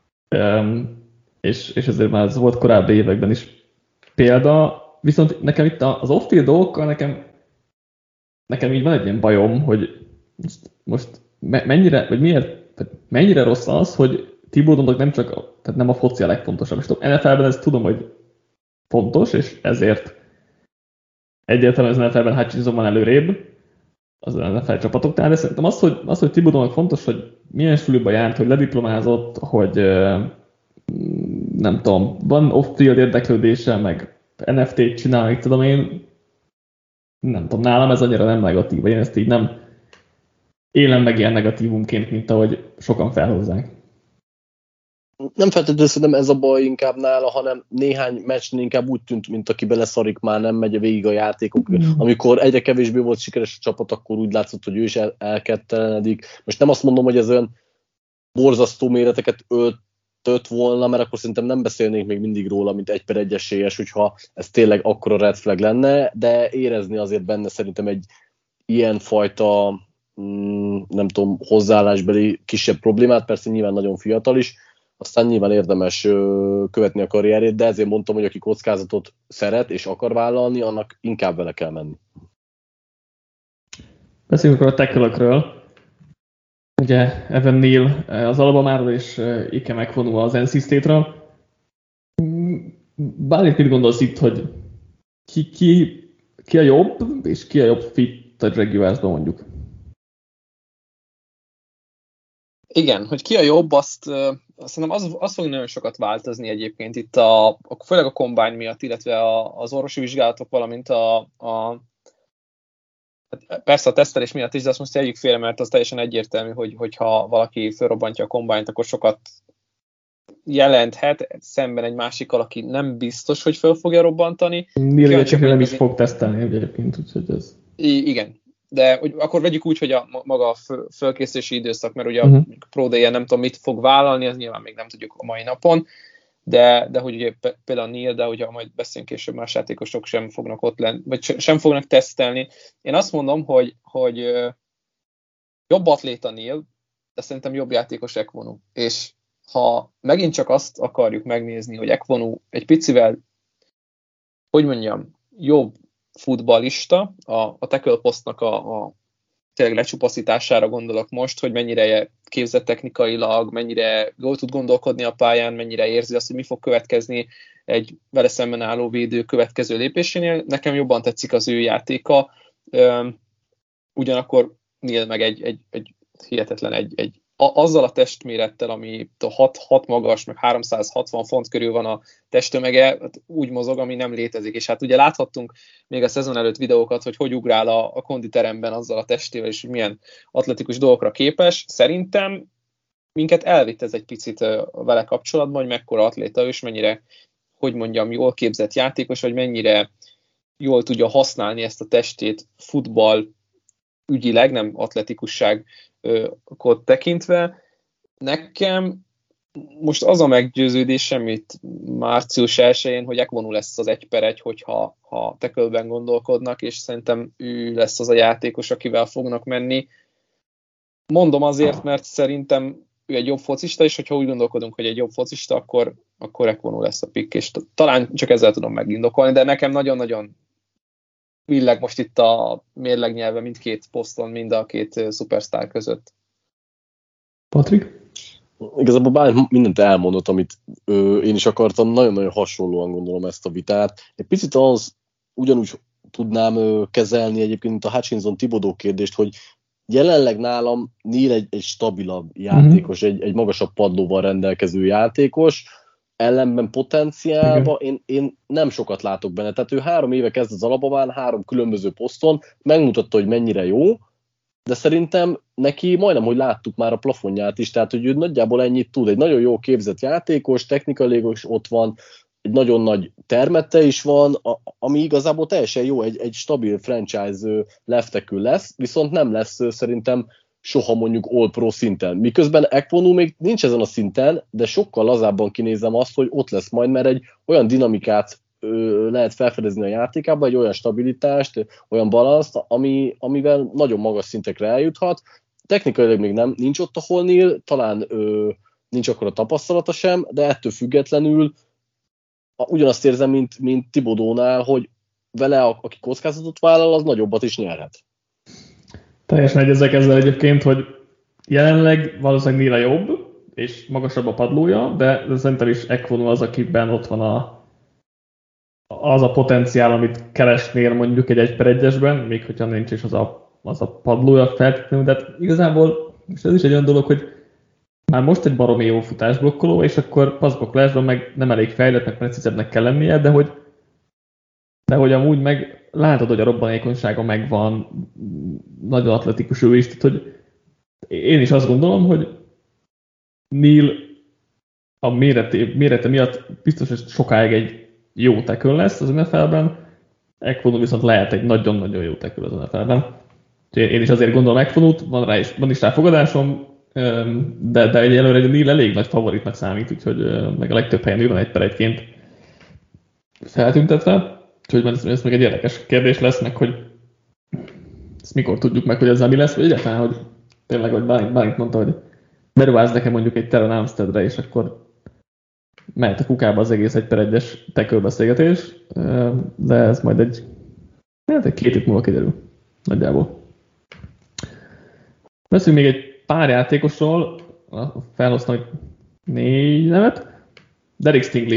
És ezért már ez volt korábbi években is példa. Viszont nekem itt az off-field dolgokkal nekem így van egy ilyen bajom, hogy most mennyire, vagy mennyire rossz az, hogy Thibodeaunak nem csak, tehát nem a foci a legfontosabb. És NFL-ben ezt tudom, hogy fontos, és ezért egyértelműen az NFL-ben Hutchinson van előrébb az NFL csapatoknál, de szerintem az, hogy Thibodeaunak fontos, hogy milyen suliba járt, hogy lediplomázott, hogy nem tudom, van off-field érdeklődése, meg NFT-t csinál, tudom én, nem tudom, nálam ez annyira nem negatív, vagy én ezt így nem élem meg ilyen negatívumként, mint ahogy sokan felhozzák. Nem feltétlenül szerintem ez a baj inkább nála, hanem néhány meccsnél inkább úgy tűnt, mint aki beleszarik, már nem megy végig a játékok. Amikor egyre kevésbé volt sikeres a csapat, akkor úgy látszott, hogy ő is elkettelenedik. Most nem azt mondom, hogy ez olyan borzasztó méreteket öltött volna, mert akkor szerintem nem beszélnénk még mindig róla, mint 1/1 esélyes, hogyha ez tényleg akkora red flag lenne, de érezni azért benne szerintem egy ilyen fajta, nem tudom, hozzáállásbeli kisebb problémát, persze nyilván nagyon fiatal is, aztán nyilván érdemes követni a karrierét, de ezért mondtam, hogy aki kockázatot szeret és akar vállalni, annak inkább vele kell menni. Beszéljünk akkor a tackle-ökről. Ugye Evan Neal az Alabamáról és Ike McVonua az NC State-ről. Bálint mit gondolsz itt, hogy ki a jobb, és ki a jobb fit a Jaguarsban mondjuk? Igen, hogy ki a jobb, azt szerintem az fog nagyon sokat változni egyébként itt, főleg a combine miatt, illetve az orvosi vizsgálatok, valamint persze a tesztelés miatt is, de azt most tegyük félre, mert az teljesen egyértelmű, hogyha valaki felrobbantja a combine-t, akkor sokat jelenthet szemben egy másikkal, aki nem biztos, hogy fel fogja robbantani. Nyilván nem is fog tesztelni egyébként, úgyhogy ez... Igen. De akkor vegyük úgy, hogy maga a fölkészülési időszak, mert ugye a Pro Day-en nem tudom, mit fog vállalni, az nyilván még nem tudjuk a mai napon, de hogy ugye például Neal, de ugye majd beszélünk később, más játékosok sem fognak ott lenni, vagy sem fognak tesztelni. Én azt mondom, hogy jobb atléta Neal, de szerintem jobb játékos Ekwonu. És ha megint csak azt akarjuk megnézni, hogy Ekwonu egy picivel, hogy mondjam, jobb futballista, a tackle posztnak a tényleg lecsupaszítására gondolok most, hogy mennyire képzett technikailag, mennyire jól tud gondolkodni a pályán, mennyire érzi azt, hogy mi fog következni egy vele szemben álló védő következő lépésénél. Nekem jobban tetszik az ő játéka, ugyanakkor Neal meg egy hihetetlen azzal a testmérettel, ami 6 magas, meg 360 font körül van a testtömege, úgy mozog, ami nem létezik. És hát ugye láthattunk még a szezon előtt videókat, hogy ugrál a konditeremben azzal a testével, és milyen atletikus dolgokra képes. Szerintem minket elvitt ez egy picit vele kapcsolatban, hogy mekkora atléta ő, és mennyire, hogy mondjam, jól képzett játékos, vagy mennyire jól tudja használni ezt a testét futball ügyileg, nem atletikusságot tekintve. Nekem most az a meggyőződésem itt március 1-én, hogy Ekwonu lesz az 1/1, hogyha tackle-ben gondolkodnak, és szerintem ő lesz az a játékos, akivel fognak menni. Mondom azért, mert szerintem ő egy jobb focista, és hogyha úgy gondolkodunk, hogy egy jobb focista, akkor Ekwonu lesz a pick, és talán csak ezzel tudom megindokolni, de nekem nagyon-nagyon villeg most itt a mérlegnyelve mindkét poszton, mind a két szupersztár között. Patrik? Igazából bár mindent elmondott, amit én is akartam, nagyon-nagyon hasonlóan gondolom ezt a vitát. Egy picit az ugyanúgy tudnám kezelni egyébként, mint a Hutchinson-Thibodeau kérdést, hogy jelenleg nálam Neal egy stabilabb játékos, egy magasabb padlóval rendelkező játékos. ellenben potenciálban én nem sokat látok benne. Tehát ő 3 éve kezd az Alabamán, 3 különböző poszton, megmutatta, hogy mennyire jó, de szerintem neki majdnem, hogy láttuk már a plafonját is, tehát hogy ő nagyjából ennyit tud. Egy nagyon jó képzett játékos, technikailag is ott van, egy nagyon nagy termete is van, ami igazából teljesen jó, egy stabil franchise left tackle lesz, viszont nem lesz szerintem soha mondjuk All-Pro szinten. Miközben Ekwonu még nincs ezen a szinten, de sokkal lazábban kinézem azt, hogy ott lesz majd, mert egy olyan dinamikát lehet felfedezni a játékában, egy olyan stabilitást, olyan balanszt, amivel nagyon magas szintekre eljuthat. Technikailag még nincs ott a Holnél, talán nincs akkor a tapasztalata sem, de ettől függetlenül ugyanazt érzem, mint Thibodeaunál, hogy vele, aki kockázatot vállal, az nagyobbat is nyerhet. Teljesen egyezek ezzel egyébként, hogy jelenleg valószínűleg Neal jobb, és magasabb a padlója, de szerintem is Ekwonu az, akiben ott van az a potenciál, amit keresnél mondjuk egy 1-1-esben, még hogyha nincs is az a padlója feltétlenül, de igazából és ez is egy olyan dolog, hogy már most egy baromi jó futásblokkoló, és akkor passzblokkolásban meg nem elég fejlett, meg precizebbnek kell lennie, de hogy amúgy meg látod, hogy a robbanékonysága megvan, nagyon atletikus ő is, tehát hogy én is azt gondolom, hogy Neal a mérete miatt biztos, hogy sokáig egy jó tackle lesz az NFL-ben, Ekwonu viszont lehet egy nagyon-nagyon jó tackle az NFL-ben. Én is azért gondolom Ekwonut, van is rá fogadásom, de egyelőre egy Neal elég nagy favoritnak számít, úgyhogy meg a legtöbb helyen ő van 1-1-ként feltüntetve. Úgyhogy ez meg egy érdekes kérdés lesz, meg hogy ezt mikor tudjuk meg, hogy ezzel mi lesz, vagy egyáltalán, hogy tényleg, hogy Bálint mondta, hogy beruház nekem mondjuk egy Teron Armsteadre, és akkor mehet a kukába az egész 1-1-es tackle-beszélgetés, de ez majd egy 2 hét múlva kiderül, nagyjából. Beszéljünk még egy pár játékosról, felhoztam egy 4 nevet. Derek Stingley.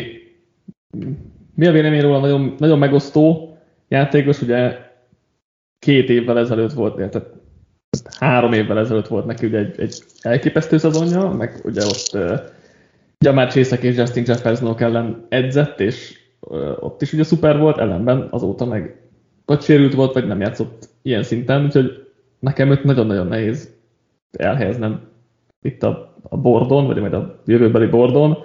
Mi a vélemény róla? Nagyon, nagyon megosztó játékos, ugye 2 évvel ezelőtt volt, tehát 3 évvel ezelőtt volt neki ugye egy elképesztő szezonja, meg ugye ott Jamar Chase-ek és Justin Jeffersonok ellen edzett, és ott is ugye szuper volt, ellenben azóta meg vagy sérült volt, vagy nem játszott ilyen szinten, úgyhogy nekem őt nagyon-nagyon nehéz elhelyeznem itt a bordon, vagy majd a jövőbeli bordon,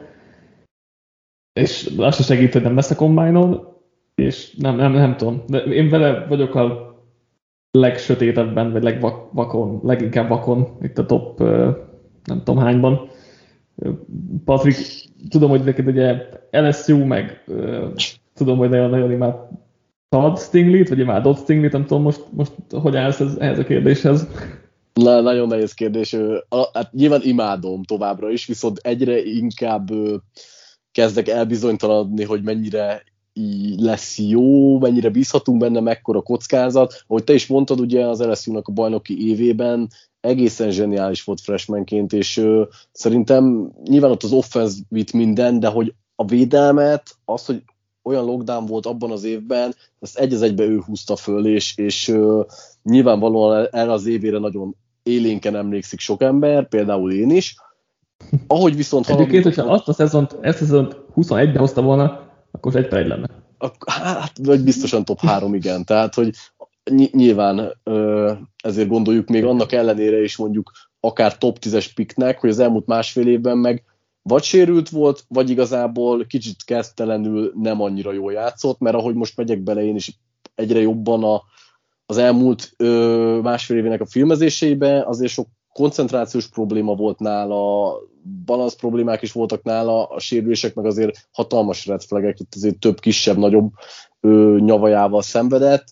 és azt se segít, hogy nem lesz a combine-on, és nem tudom, de én vele vagyok a legsötétebben, vagy leginkább vakon, itt a top nem tudom hányban. Patrik, tudom, hogy neked ugye LSU, meg tudom, hogy nagyon-nagyon imádtad Stingley-t, vagy imádott Stingley-t, nem tudom most hogy állsz ehhez a kérdéshez? Nagyon nehéz kérdés. Hát nyilván imádom továbbra is, viszont egyre inkább kezdek elbizonytalanodni, hogy mennyire lesz jó, mennyire bízhatunk benne, mekkora kockázat. Ahogy te is mondtad, ugye az LSU-nak a bajnoki évében egészen zseniális volt freshmanként, és szerintem nyilván ott az offense vitt minden, de hogy a védelmet, az, hogy olyan lockdown volt abban az évben, ezt egy az egybe ő húzta föl, és nyilvánvalóan erre az évére nagyon élénken emlékszik sok ember, például én is. Ahogy viszont... Egyébként, hogyha ezt a szezont 21-ben hozta volna, akkor 1-1 lenne. Hát, vagy biztosan top 3, igen. Tehát, hogy nyilván ezért gondoljuk még annak ellenére is mondjuk akár top 10-es picknek, hogy az elmúlt másfél évben meg vagy sérült volt, vagy igazából kicsit kezdtelenül nem annyira jól játszott, mert ahogy most megyek bele én is egyre jobban az elmúlt másfél évének a filmezéseibe, azért sok koncentrációs probléma volt nála, balansz problémák is voltak nála, a sérülések meg azért hatalmas red flagek, itt azért több kisebb-nagyobb nyavajával szenvedett.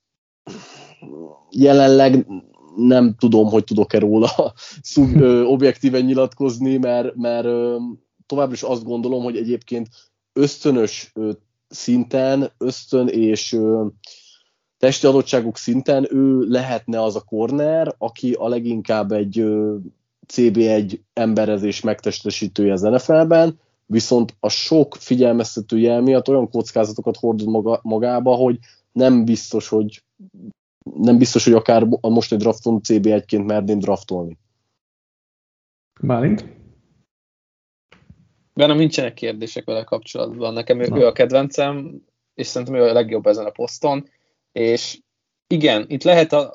Jelenleg nem tudom, hogy tudok-e róla objektíven nyilatkozni, mert továbbra is azt gondolom, hogy egyébként ösztönös szinten, ösztön és testi adottságok szinten ő lehetne az a corner, aki a leginkább egy CB1 emberezés megtestesítője az NFL-ben, viszont a sok figyelmeztető jel miatt olyan kockázatokat hordod magába, hogy nem biztos, hogy akár a mostani drafton CB1-ként merném draftolni. Bálint? bennem nincsenek kérdések vele kapcsolatban. Nekem ő a kedvencem, és szerintem ő a legjobb ezen a poszton, és igen, itt lehet a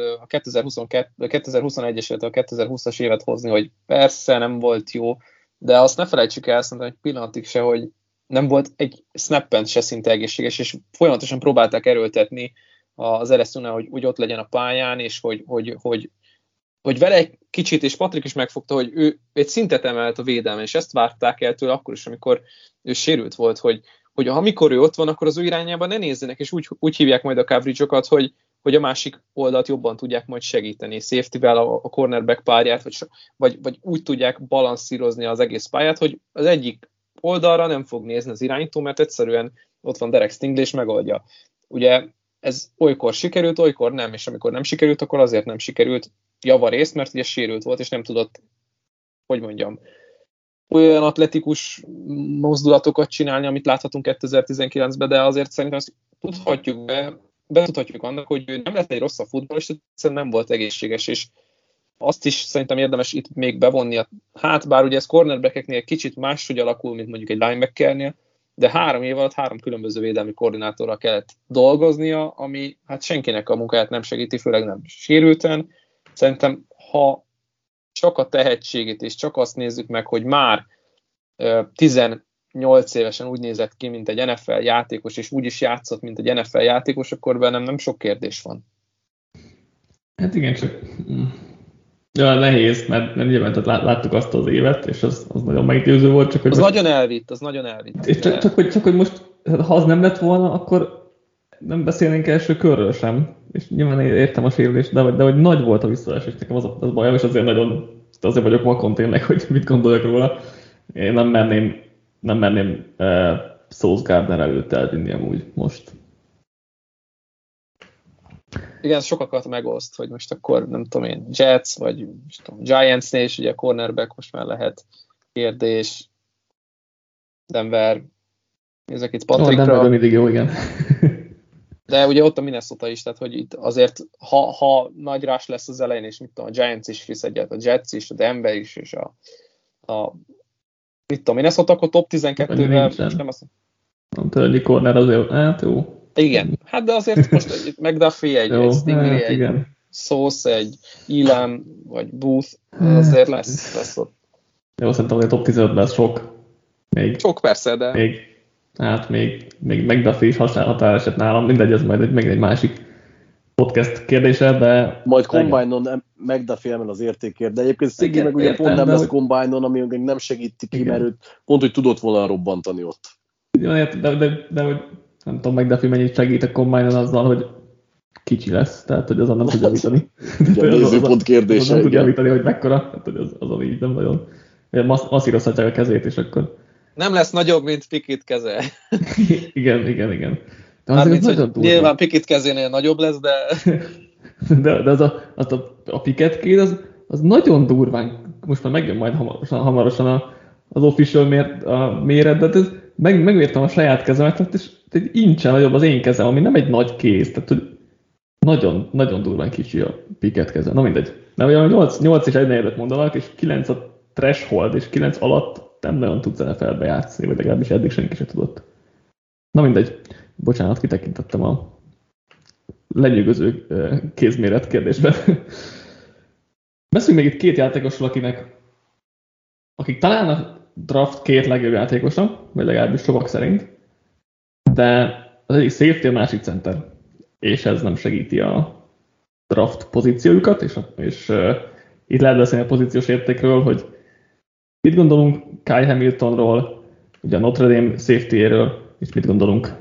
2021-es, illetve a 2020-as évet hozni, hogy persze nem volt jó, de azt ne felejtsük el, szerintem egy pillanatig se, hogy nem volt egy snappen se szinte egészséges, és folyamatosan próbálták erőltetni az LSU-nál, hogy ott legyen a pályán, és hogy vele egy kicsit, és Patrik is megfogta, hogy ő egy szintet emelt a védelmen, és ezt várták el tőle akkor is, amikor ő sérült volt, hogy amikor ő ott van, akkor az ő irányában ne nézzenek, és úgy hívják majd a coverage-okat, hogy a másik oldalt jobban tudják majd segíteni, safety-vel a cornerback párját, vagy úgy tudják balanszírozni az egész pályát, hogy az egyik oldalra nem fog nézni az irányító, mert egyszerűen ott van Derek Stingley, és megoldja. Ugye ez olykor sikerült, olykor nem, és amikor nem sikerült, akkor azért nem sikerült javarészt, mert ugye sérült volt, és nem tudott, hogy mondjam, olyan atletikus mozdulatokat csinálni, amit láthatunk 2019-ben, de azért szerintem azt tudhatjuk betudhatjuk annak, hogy ő nem lett egy rosszabb futballista, egyszerűen nem volt egészséges, és azt is szerintem érdemes itt még bevonni, hát bár ugye ez cornerbackeknél kicsit máshogy alakul, mint mondjuk egy linebackernél, de 3 év alatt 3 különböző védelmi koordinátorral kellett dolgoznia, ami hát senkinek a munkáját nem segíti, főleg nem sérülten. Szerintem, ha csak a tehetségét és csak azt nézzük meg, hogy már 18 évesen úgy nézett ki, mint egy NFL játékos, és úgy is játszott, mint egy NFL játékos, akkor bennem nem sok kérdés van. Hát igen, csak nehéz, mert nyilván láttuk azt az évet, és az nagyon meggyőző volt. Csak, hogy az nagyon elvitt. És csak hogy most, ha az nem lett volna, akkor nem beszélnénk első körről sem. És nyilván értem a sérülést, de hogy nagy volt a visszaesés, nekem az bajom, és azért vagyok vakon tényleg, hogy mit gondoljak róla. Én nem merném Sauce Gardner előtt elvinni amúgy most. Igen, sokakat megoszt, hogy most akkor nem tudom én, Jets, vagy Giantsnél is ugye cornerback most már lehet kérdés. Denver, ezek itt Patrickra. Denver mindig jó, igen. De ugye ott a Minnesota is, tehát hogy itt azért, ha nagy rush lesz az elején, és mit tudom, a Giants is visz egyet, a Jets is, a Denver is, és mit tudom, Minnesota, akkor top 12-vel, most nem azt nem tudom, hogy corner azért, hát jó. Igen, hát de azért most egy McDuffie, egy Stingley, hát egy Sauce, egy Elam, vagy Booth, azért lesz ott. Jó, szerintem hogy a top 15-ben ez sok. Sok persze, de... Még McDuffie is határeset nálam, mindegy, ez majd még egy másik podcast kérdése, de... Majd Combine-on McDuffie emel az értékért, de egyébként Szigi meg ugye pont nem lesz Combine-on, ami nem segíti ki, mert őt pont, hogy tudott volna robbantani ott. De hogy nem tudom, McDuffie mennyit segít a Combine-on azzal, hogy kicsi lesz, tehát hogy azon nem tud javítani. Ugye a nézőpont kérdése. Nem tud javítani, hogy mekkora, tehát hogy azon így nem nagyon... Masszírozhatják a kezét, és akkor... Nem lesz nagyobb, mint Pickett keze. igen. De azért nagyon durva. Nyilván Pickett kezénél nagyobb lesz, de... de a Pickett kéz, az nagyon durván, most már megjön majd hamarosan az official méret, de ez megmértem a saját kezemet, és egy incsen nagyobb az én kezem, ami nem egy nagy kéz, tehát hogy nagyon, nagyon durván kicsi a Pickett keze. Na mindegy. Nem, olyan 8 és 1/4 mondanak, és 9 a threshold, és 9 alatt nem nagyon tudsz NFL-be játszani, vagy legalábbis eddig senki sem tudott. Na mindegy. Bocsánat, kitekintettem a lenyűgöző kézméret kérdésben. Beszéljünk még itt 2 játékosról, akik talán a draft 2 legjobb játékosa, vagy legalábbis sokak szerint, de az egyik safety, a másik center. És ez nem segíti a draft pozíciójukat, és itt lehet beszélni a pozíciós értékről, hogy mit gondolunk Kyle Hamiltonról, ugye a Notre Dame safety-éről, és mit gondolunk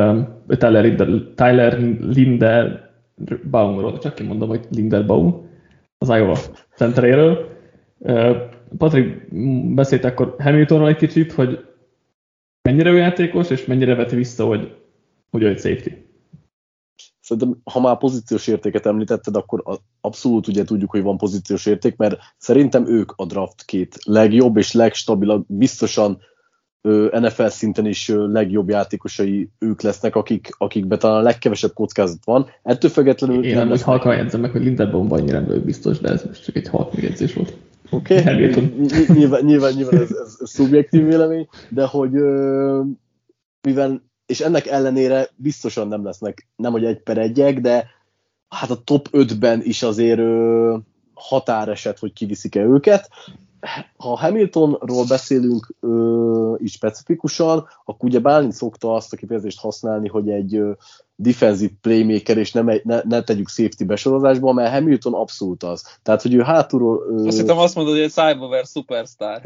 Tyler Linderbaumról, csak kimondom, hogy Linderbaum, az Iowa centeréről. Patrik, beszélt akkor Hamiltonról egy kicsit, hogy mennyire ő játékos, és mennyire veti vissza, hogy ő egy safety. Szerintem, ha már pozíciós értéket említetted, akkor abszolút ugye tudjuk, hogy van pozíciós érték, mert szerintem ők a draft 2 legjobb és legstabilabb, biztosan NFL szinten is legjobb játékosai ők lesznek, akikben talán a legkevesebb kockázat van. Ettől függetlenül... Én nem halkan jegyzem meg, hogy Linderbaumban annyira nem biztos, de ez most csak egy halk megjegyzés volt. Oké? Nyilván ez szubjektív vélemény, de hogy mivel, és ennek ellenére biztosan nem lesznek, nemhogy 1/1-ek, de hát a top 5-ben is azért határeset, hogy kiviszik-e őket. Ha Hamiltonról beszélünk így specifikusan, akkor ugye Bálint szokta azt a kifejezést használni, hogy egy defensive playmaker, és ne tegyük safety besorolásba, mert Hamilton abszolút az. Tehát, hogy ő hátulról... Azt hittem azt mondod, hogy egy cyberware superstar.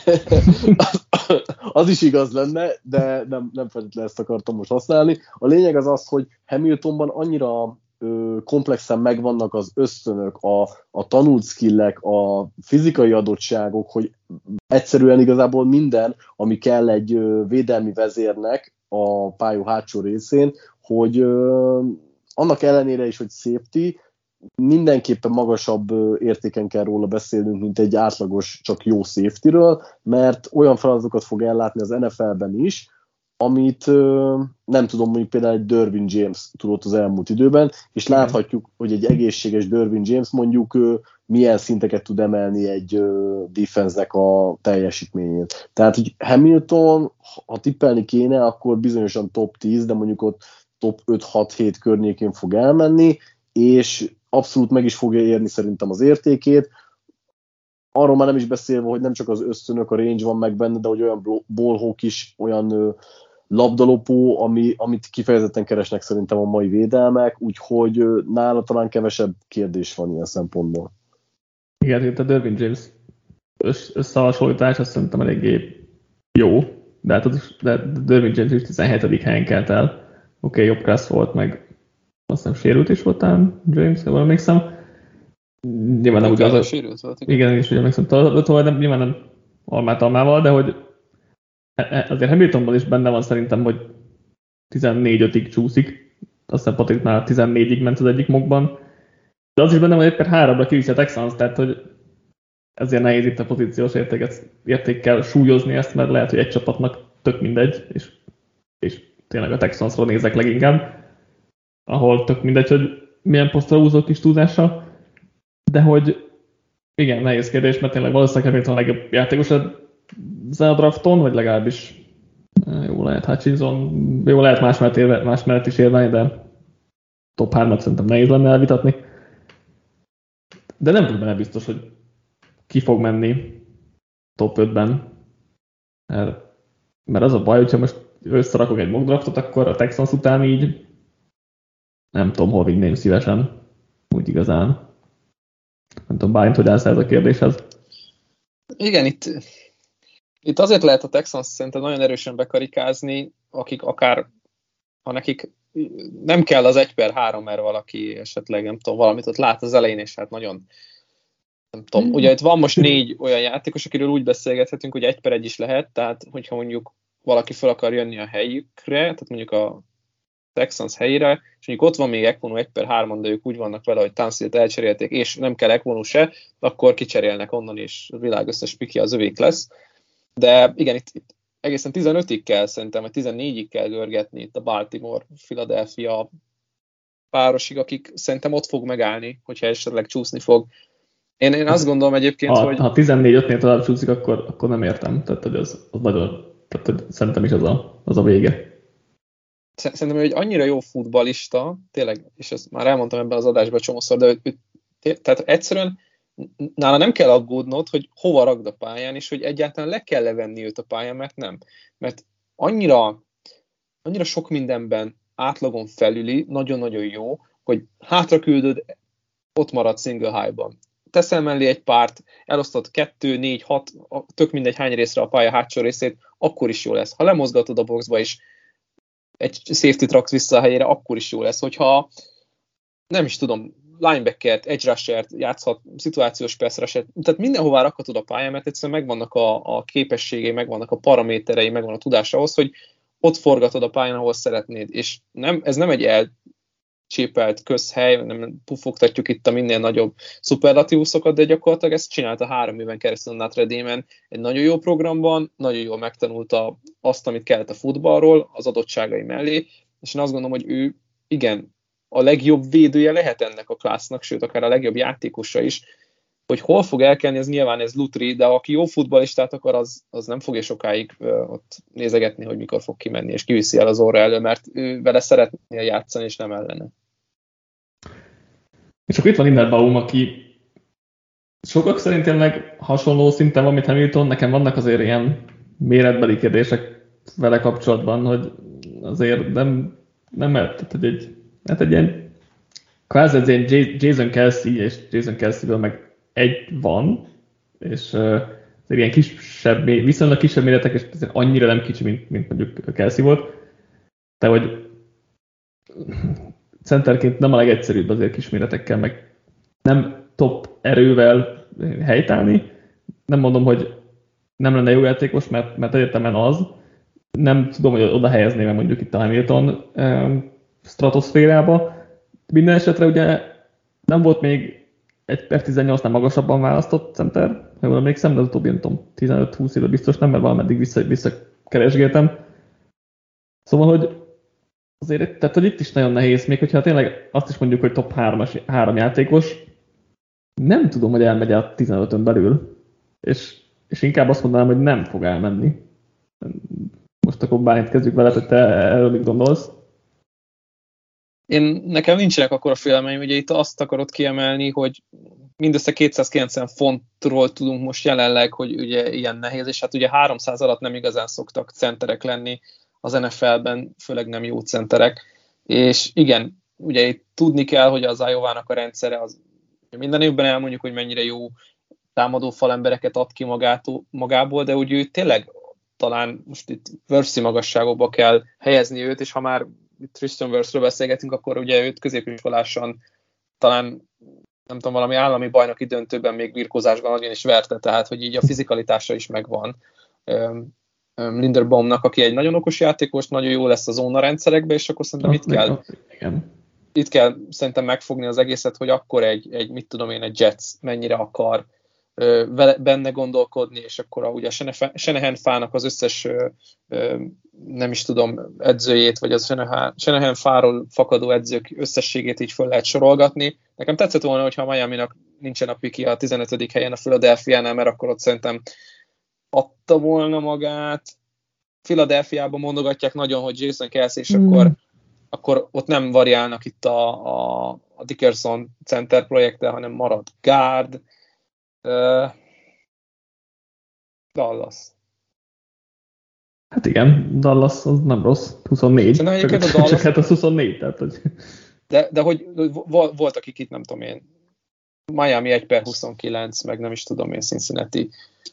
Az is igaz lenne, de nem feltétlenül ezt akartam most használni. A lényeg az, hogy Hamiltonban annyira komplexen megvannak az ösztönök, a tanult skillek, a fizikai adottságok, hogy egyszerűen igazából minden, ami kell egy védelmi vezérnek a pálya hátsó részén, hogy annak ellenére is, hogy safety, mindenképpen magasabb értéken kell róla beszélnünk, mint egy átlagos, csak jó safety-ről, mert olyan feladatokat fog ellátni az NFL-ben is, amit nem tudom, mondjuk például egy Derwin James tudott az elmúlt időben, és láthatjuk, hogy egy egészséges Derwin James mondjuk milyen szinteket tud emelni egy defense-nek a teljesítményét. Tehát, hogy Hamilton, ha tippelni kéne, akkor bizonyosan top 10, de mondjuk ott top 5-6-7 környékén fog elmenni, és abszolút meg is fogja érni szerintem az értékét. Arról már nem is beszélve, hogy nem csak az ösztönök, a range van meg benne, de hogy olyan ballhawk is, olyan labdalopó, amit kifejezetten keresnek szerintem a mai védelmek, úgyhogy nála talán kevesebb kérdés van ilyen szempontból. Igen, itt a Derwin James összehasonlítás azt szerintem eléggé jó, de hát de Derwin James is 17. helyen kelt el. Oké, jobb class volt, meg azt hiszem sérült is volt talán James, jól emlékszem. Nyilván nem ugyanaz. Sérült volt. Igen, én is úgy emlékszem. Nyilván nem almával, de hogy azért Hamiltonban is benne van szerintem, hogy 14-5-ig csúszik. Azt hiszem Patricknál 14-ig ment az egyik mockban. De az is benne van, hogy 1/3-ra kiviszi a Texans, tehát hogy ezért nehéz itt a pozíciós értékkel súlyozni ezt, mert lehet, hogy egy csapatnak tök mindegy, és tényleg a Texansról nézek leginkább, ahol tök mindegy, hogy milyen posztra húzol kis túlzással. De hogy igen, nehéz kérdés, mert tényleg valószínűleg Hamilton a legjobb játékos a drafton, vagy legalábbis jó lehet Hutchinson, jó lehet más mellett is érvelni, de top 3-at szerintem nehéz lenne elvitatni. De nem tudok benne biztos, hogy ki fog menni top 5-ben. Mert az a baj, hogyha most összerakok egy mock draftot, akkor a Texans után így nem tudom, hol vinném szívesen. Úgy igazán. Nem tudom, Bálint, hogy állsz ez a kérdéshez. Igen, itt azért lehet a Texans szerintem nagyon erősen bekarikázni, akik akár, ha nekik nem kell az 1/3, mert valaki esetleg, nem tudom, valamit ott lát az elején, és hát nagyon, nem tudom, ugye itt van most 4 olyan játékos, akiről úgy beszélgethetünk, hogy 1/1 is lehet, tehát hogyha mondjuk valaki fel akar jönni a helyükre, tehát mondjuk a Texans helyére, és mondjuk ott van még Ekvonu 1/3, de ők úgy vannak vele, hogy Tunsilt elcserélték, és nem kell Ekvonu se, akkor kicserélnek onnan, és a világ összes piki az övék lesz. De igen, itt egészen 15-ig kell szerintem, vagy 14-ig kell görgetni itt a Baltimore-Philadelphia párosig, akik szerintem ott fog megállni, hogyha esetleg csúszni fog. Én azt gondolom egyébként, hogy... Ha 14-5-nél tovább csúszik, akkor nem értem. Tehát, hogy az nagyon... Tehát, hogy szerintem is az a vége. Szerintem, hogy annyira jó futballista, tényleg, és ezt már elmondtam ebben az adásban csomószor, de tehát egyszerűen nála nem kell aggódnod, hogy hova ragd a pályán, és hogy egyáltalán le kell levenni őt a pályán, mert nem. Mert annyira sok mindenben átlagon felüli, nagyon-nagyon jó, hogy hátra küldöd, ott marad single high-ban. Teszel mellé egy párt, elosztod 2, 4, 6, tök mindegy hány részre a pálya hátsó részét, akkor is jó lesz. Ha lemozgatod a boxba is, egy safety-t raksz vissza a helyére, akkor is jó lesz. Hogyha nem is tudom, linebackert, edge rushert játszhat, szituációs pass rushert, tehát mindenhová rakhatod a pályán, mert egyszerűen megvannak a képességei, megvannak a paraméterei, megvan a tudás ahhoz, hogy ott forgatod a pályán, ahol szeretnéd. És ez nem egy elcsépelt közhely, nem pufogtatjuk itt a minél nagyobb szuperlatívuszokat, de gyakorlatilag ezt csinálta 3 éven keresztül a Notre Dame-en egy nagyon jó programban, nagyon jól megtanulta azt, amit kellett a futballról, az adottságai mellé, és én azt gondolom, hogy ő igen, a legjobb védője lehet ennek a klásznak, sőt, akár a legjobb játékosa is, Hogy hol fog elkelni, ez nyilván ez lutri, de aki jó futballistát akar, az nem fogja sokáig ott nézegetni, hogy mikor fog kimenni, és kiviszi el az orra elő, mert ő vele szeretnél játszani, és nem ellene. És akkor itt van Linderbaum, aki sokak szerint tényleg hasonló szinten van, mint Hamilton. Nekem vannak azért ilyen méretbeli kérdések vele kapcsolatban, hogy azért nem tehát egy ilyen kvázi egy ilyen Jason Kelce, és Jason Kelce-ből meg egy van, és azért ilyen kisebb, viszonylag kisebb méretek, és annyira nem kicsi, mint mondjuk Kelce volt. De hogy centerként nem a legegyszerűbb azért kis méretekkel, meg nem top erővel helytállni. Nem mondom, hogy nem lenne jó játékos, mert egyértelműen az. Nem tudom, hogy oda helyezném mondjuk itt a Hamilton stratoszférába. Minden esetre ugye nem volt még egy per 18-nál magasabban választott center, ha jól emlékszem, de az utóbbi, nem tudom, 15-20 éve biztos nem, mert valameddig visszakeresgéltem. Szóval, hogy azért, tehát, hogy itt is nagyon nehéz, még hogyha tényleg azt is mondjuk, hogy top 3 játékos, nem tudom, hogy elmegy a 15-ön belül, és inkább azt mondanám, hogy nem fog elmenni. Most akkor Bálint kezdjük vele, hogy te erről mit gondolsz? Nekem nincsenek akkora félelmeim, ugye itt azt akarod kiemelni, hogy mindössze 290 fontról tudunk most jelenleg, hogy ugye ilyen nehéz, és hát ugye 300 alatt nem igazán szoktak centerek lenni az NFL-ben, főleg nem jó centerek, és igen, ugye itt tudni kell, hogy az Iowa-nak a rendszere az minden évben elmondjuk, hogy mennyire jó támadó falembereket ad ki magából, de úgy ő tényleg talán most itt Wirfs magasságokba kell helyezni őt, és ha már Tristan Wirfsről beszélgetünk, akkor ugye őt középiskolásan talán nem tudom, valami állami bajnoki döntőben még birkózásban nagyon is verte, tehát hogy így a fizikalitása is megvan Linderbaumnak, aki egy nagyon okos játékos, nagyon jó lesz a zóna rendszerekbe, és akkor szerintem itt kell szerintem megfogni az egészet, hogy akkor egy mit tudom én, egy Jets mennyire akar benne gondolkodni, és akkor ugye a Shanahan fának az összes nem is tudom, edzőjét, vagy az Shanahan fáról fakadó edzők összességét így föl lehet sorolgatni. Nekem tetszett volna, hogyha a Miami-nak nincsen a piki a 15. helyen a Philadelphia-nál, mert akkor ott szerintem adta volna magát. Philadelphiában mondogatják nagyon, hogy Jason Kelce, és akkor ott nem variálnak itt a Dickerson Center projekte, hanem marad guard. Dallas. Hát igen, Dallas az nem rossz, 24. Csak hát az 24, tehát hogy... De hogy volt, akik itt nem tudom én, Miami 1/29, meg nem is tudom én, Cincinnati.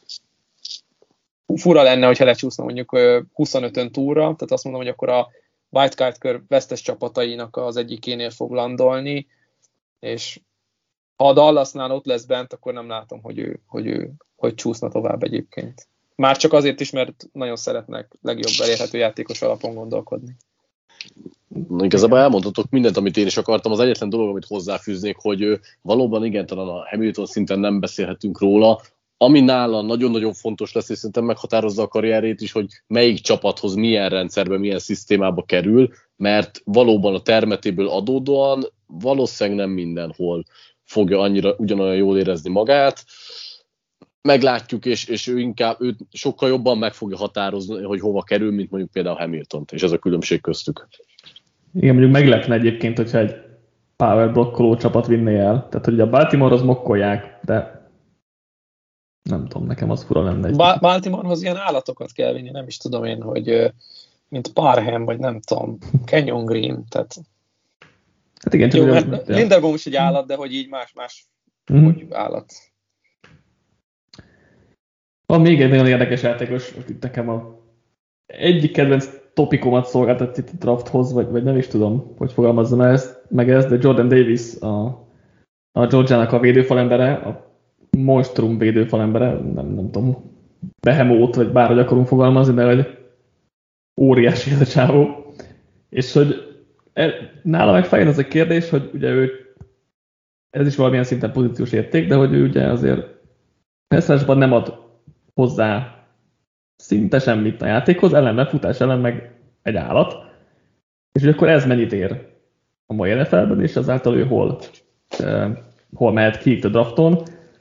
Fura lenne, hogyha lecsúszna mondjuk 25-ön túlra, tehát azt mondom, hogy akkor a wildcard kör vesztes csapatainak az egyikénél fog landolni, és ha a Dallasnál ott lesz bent, akkor nem látom, hogy csúszna tovább egyébként. Már csak azért is, mert nagyon szeretnek legjobb elérhető játékos alapon gondolkodni. Igazából elmondhatok mindent, amit én is akartam. Az egyetlen dolog, amit hozzáfűznék, hogy valóban igen, talán a Hamilton szinten nem beszélhetünk róla, ami nála nagyon-nagyon fontos lesz, és szerintem meghatározza a karrierét is, hogy melyik csapathoz milyen rendszerbe, milyen szisztémába kerül, mert valóban a termetéből adódóan valószínűleg nem mindenhol fogja annyira ugyanolyan jól érezni magát. Meglátjuk, és ő sokkal jobban meg fogja határozni, hogy hova kerül, mint mondjuk például Hamiltont, és ez a különbség köztük. Igen, mondjuk meglepne egyébként, hogyha egy power blokkoló csapat vinné el. Tehát, hogy a Baltimore-hoz mokkolják, de nem tudom, nekem az fura lenne. Baltimorehoz ilyen állatokat kell vinni, nem is tudom én, hogy mint Parham, vagy nem tudom, Kenyon Green, tehát... Hát igen, csak... Jó, Linderbaum is egy állat, de hogy így más hogy állat. Van még egy nagyon érdekes játékos, itt nekem egyik kedvenc topikomat szolgáltat itt a drafthoz, vagy nem is tudom, hogy fogalmazzam meg ezt, de Jordan Davis, a Georgia-nak a védőfalembere, a monstrum védőfalembere, nem tudom, Behemoth, vagy bárhogy akarunk fogalmazni, de hogy óriási ez a csávó. És hogy nála meg feljön az a kérdés, hogy ugye ő, ez is valamilyen szinten pozíciós érték, de hogy ő ugye azért persze nem ad hozzá szinte semmit a játékhoz, ellenben futás ellen meg egy állat. És hogy akkor ez mennyit ér a mai NFL-ben, és azáltal ő hol mehet ki itt a drafton.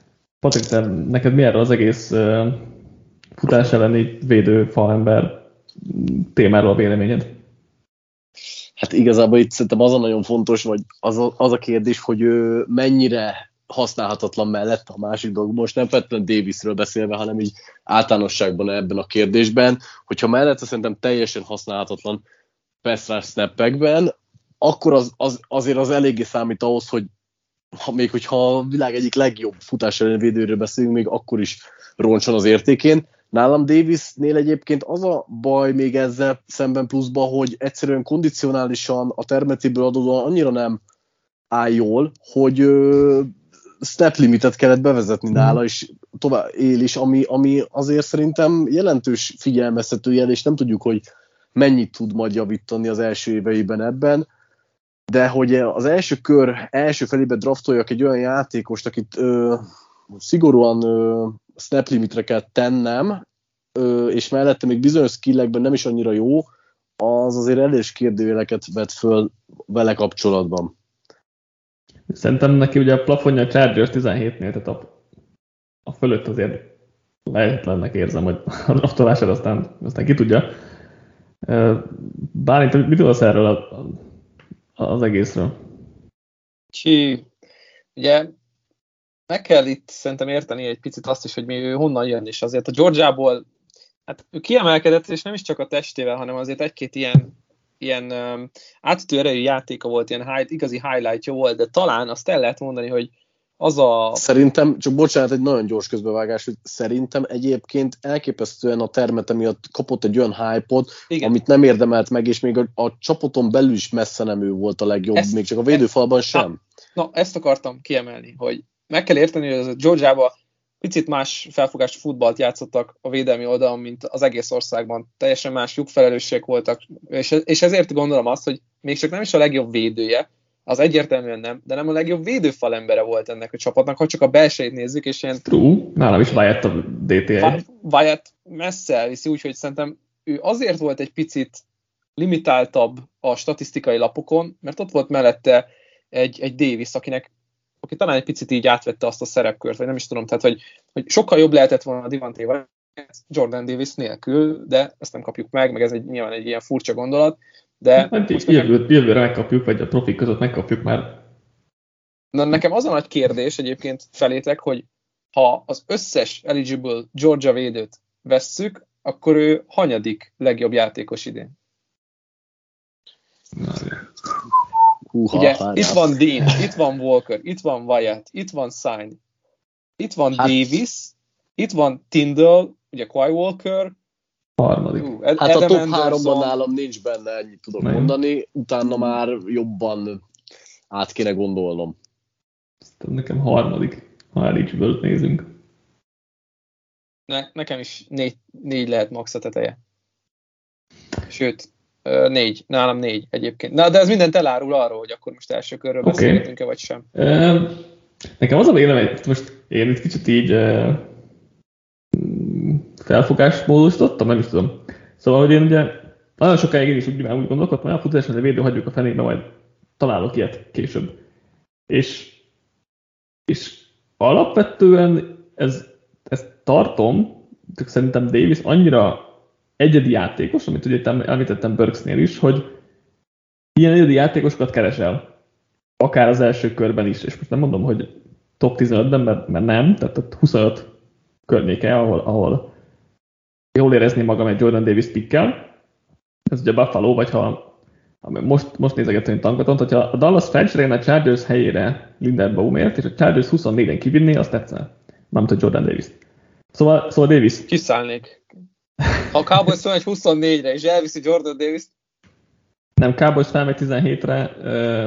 Patrik, te, neked mi erről az egész futás elleni védő falember témáról a véleményed? Hát igazából itt szerintem az a nagyon fontos, vagy az a kérdés, hogy ő mennyire használhatatlan mellett a másik dolog. Most nem feltétlenül Davisről beszélve, hanem így általánosságban ebben a kérdésben, hogyha mellette szerintem teljesen használhatatlan pass rush snappekben, akkor azért az eléggé számít ahhoz, hogy még hogyha a világ egyik legjobb futás elleni védőről beszélünk, még akkor is roncson az értékén. Nálam Davisnél egyébként az a baj még ezzel szemben pluszban, hogy egyszerűen kondicionálisan a termetéből adódóan annyira nem áll jól, hogy step limitet kellett bevezetni nála, és tovább él is, ami azért szerintem jelentős figyelmeztető jel, és nem tudjuk, hogy mennyit tud majd javítani az első éveiben ebben, de hogy az első kör első felébe draftoljak egy olyan játékost, akit szigorúan snap limitre kell tennem, és mellette még bizonyos skillekben nem is annyira jó, az azért elég kérdőjeleket vet föl vele kapcsolatban. Szerintem neki ugye a plafonja a Chargers 17-nél, tehát a fölött azért lehetetlennek érzem, hogy a draftolásod aztán ki tudja. Bálint, mit tudsz erről az egészről? Ugye meg kell itt szerintem érteni egy picit azt is, hogy ő honnan jön, és azért a Georgiából, hát ő kiemelkedett, és nem is csak a testével, hanem azért egy-két ilyen átütő erejű játéka volt, ilyen igazi highlightja volt, de talán azt el lehet mondani, hogy az a... Szerintem, csak bocsánat, egy nagyon gyors közbevágás, hogy szerintem egyébként elképesztően a termete miatt kapott egy olyan hype-ot, amit nem érdemelt meg, és még a csapaton belül is messze nem ő volt a legjobb, még csak a védőfalban sem. Na, ezt akartam kiemelni, hogy meg kell érteni, hogy a Georgiában picit más felfogású futballt játszottak a védelmi oldalon, mint az egész országban. Teljesen más lyukfelelősségek voltak, és ezért gondolom azt, hogy még csak nem is a legjobb védője, az egyértelműen nem, de nem a legjobb védőfal embere volt ennek a csapatnak, ha csak a belsejét nézzük, és ilyen... True, nálam is Wyatt a DTA. Wyatt messze elviszi, úgyhogy szerintem ő azért volt egy picit limitáltabb a statisztikai lapokon, mert ott volt mellette egy Davis, aki talán egy picit így átvette azt a szerepkört, vagy nem is tudom, tehát hogy sokkal jobb lehetett volna a Devontae Wyatt Jordan Davis nélkül, de ezt nem kapjuk meg ez nyilván egy ilyen furcsa gondolat, de... Jövőre megkapjuk, vagy a profik között megkapjuk már. Na, nekem az a nagy kérdés egyébként felétek, hogy ha az összes eligible Georgia védőt vesszük, akkor ő hanyadik legjobb játékos idén? Ugye, itt van Dean, itt van Walker, itt van Wyatt, itt van Sain, itt van Davis, itt van Tyndall, ugye Kawhi Walker. Harmadik. Hát a top 3-ban nálam nincs benne, ennyit tudok mondani, utána már jobban át kéne gondolnom. Nekem harmadik, ha eligible-t nézünk. Nekem is négy lehet max a teteje. Sőt, 4, nálam 4 egyébként. Na, de ez mindent elárul arról, hogy akkor most első körről beszélgetünk-e, vagy sem. Nekem az a vélemény, most én itt kicsit így felfogásmódosítottam, nem is tudom. Szóval, hogy én ugye nagyon sokáig én is úgy gondolkodtam, hogy a futásra védő hagyjuk a fenébe, majd találok ilyet később. És alapvetően ezt tartom, csak szerintem Davis annyira egyedi játékos, amit ugye említettem Burksnél is, hogy ilyen egyedi játékosokat keresel. Akár az első körben is, és most nem mondom, hogy top 15-ben, mert nem, tehát 25 környéke, ahol jól érezni magam egy Jordan Davis pickkel. Ez ugye Buffalo, vagy ha most nézegetünk tankatont, hogyha a Dallas felcserélne a Chargers helyére Linderbaumért, és a Chargers 24-en kivinné, azt tetszene. Nem tudod Jordan Davis. Szóval Davis. Kiszállnék. Ha a Cowboys felmegy 24-re, és elviszi Jordan Davis. Nem, Cowboys felmegy 17-re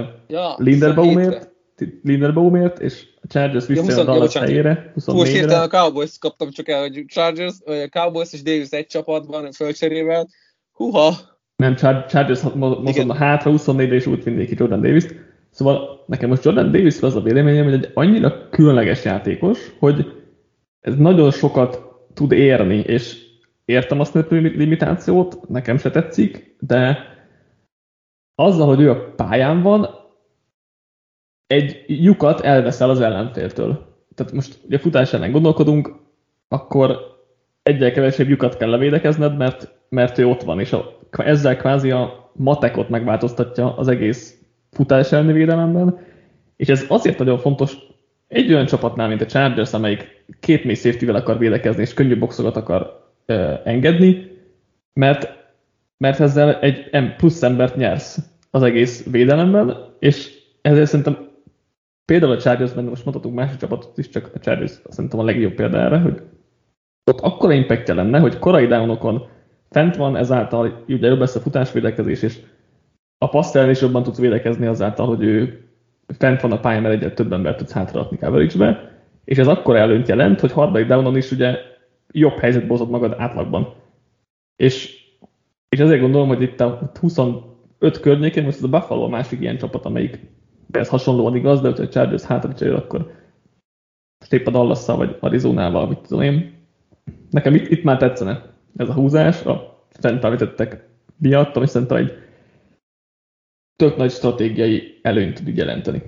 Linderbaumért, és a Chargers visszajön a Dallas helyére 24-re. Most hirtelen a Cowboys kaptam csak el, hogy Cowboys és Davis egy csapatban, fölcserével. Húha! Nem, Chargers mozogna hátra 24-re, és úgy vinnék ki Jordan Davis-t. Szóval nekem most Jordan Davisről az a véleményem, hogy egy annyira különleges játékos, hogy ez nagyon sokat tud érni, és értem azt a limitációt, nekem se tetszik, de azzal, hogy ő a pályán van, egy lyukat elveszel az ellenféltől. tehát most ugye futás ellen gondolkodunk, akkor egyel kevesebb lyukat kell levédekezned, mert ő ott van, és ezzel kvázi a matekot megváltoztatja az egész futás elleni védelemben, és ez azért nagyon fontos egy olyan csapatnál, mint a Chargers, amelyik két mély safety-vel akar védekezni, és könnyű boxokat akar engedni, mert ezzel egy plusz embert nyersz az egész védelemben, és ezért szerintem például a Chargersben, most mondhatunk másik csapatot is, csak a Chargers szerintem a legjobb példa erre, hogy ott akkora impactja lenne, hogy korai downokon fent van, ezáltal ugye jobb lesz a futásvédekezés, és a passz ellen is jobban tudsz védekezni azáltal, hogy ő fent van a pályán, mert egyre több embert tudsz hátrarakni coverage-be, és ez akkora előnyt jelent, hogy harmadik downon is ugye jobb helyzetbe hozod magad átlagban. És ezért gondolom, hogy itt a 25 környékén, most ez a Buffalo a másik ilyen csapat, amelyik ez hasonlóan igaz, de hogyha a Chargers hátra cserél, akkor épp a Dallasszal vagy Arizonával, mit tudom én. Nekem itt már tetszene ez a húzás, a fent említettek miatt, ami szerintem egy tök nagy stratégiai előnyt tud jelenteni.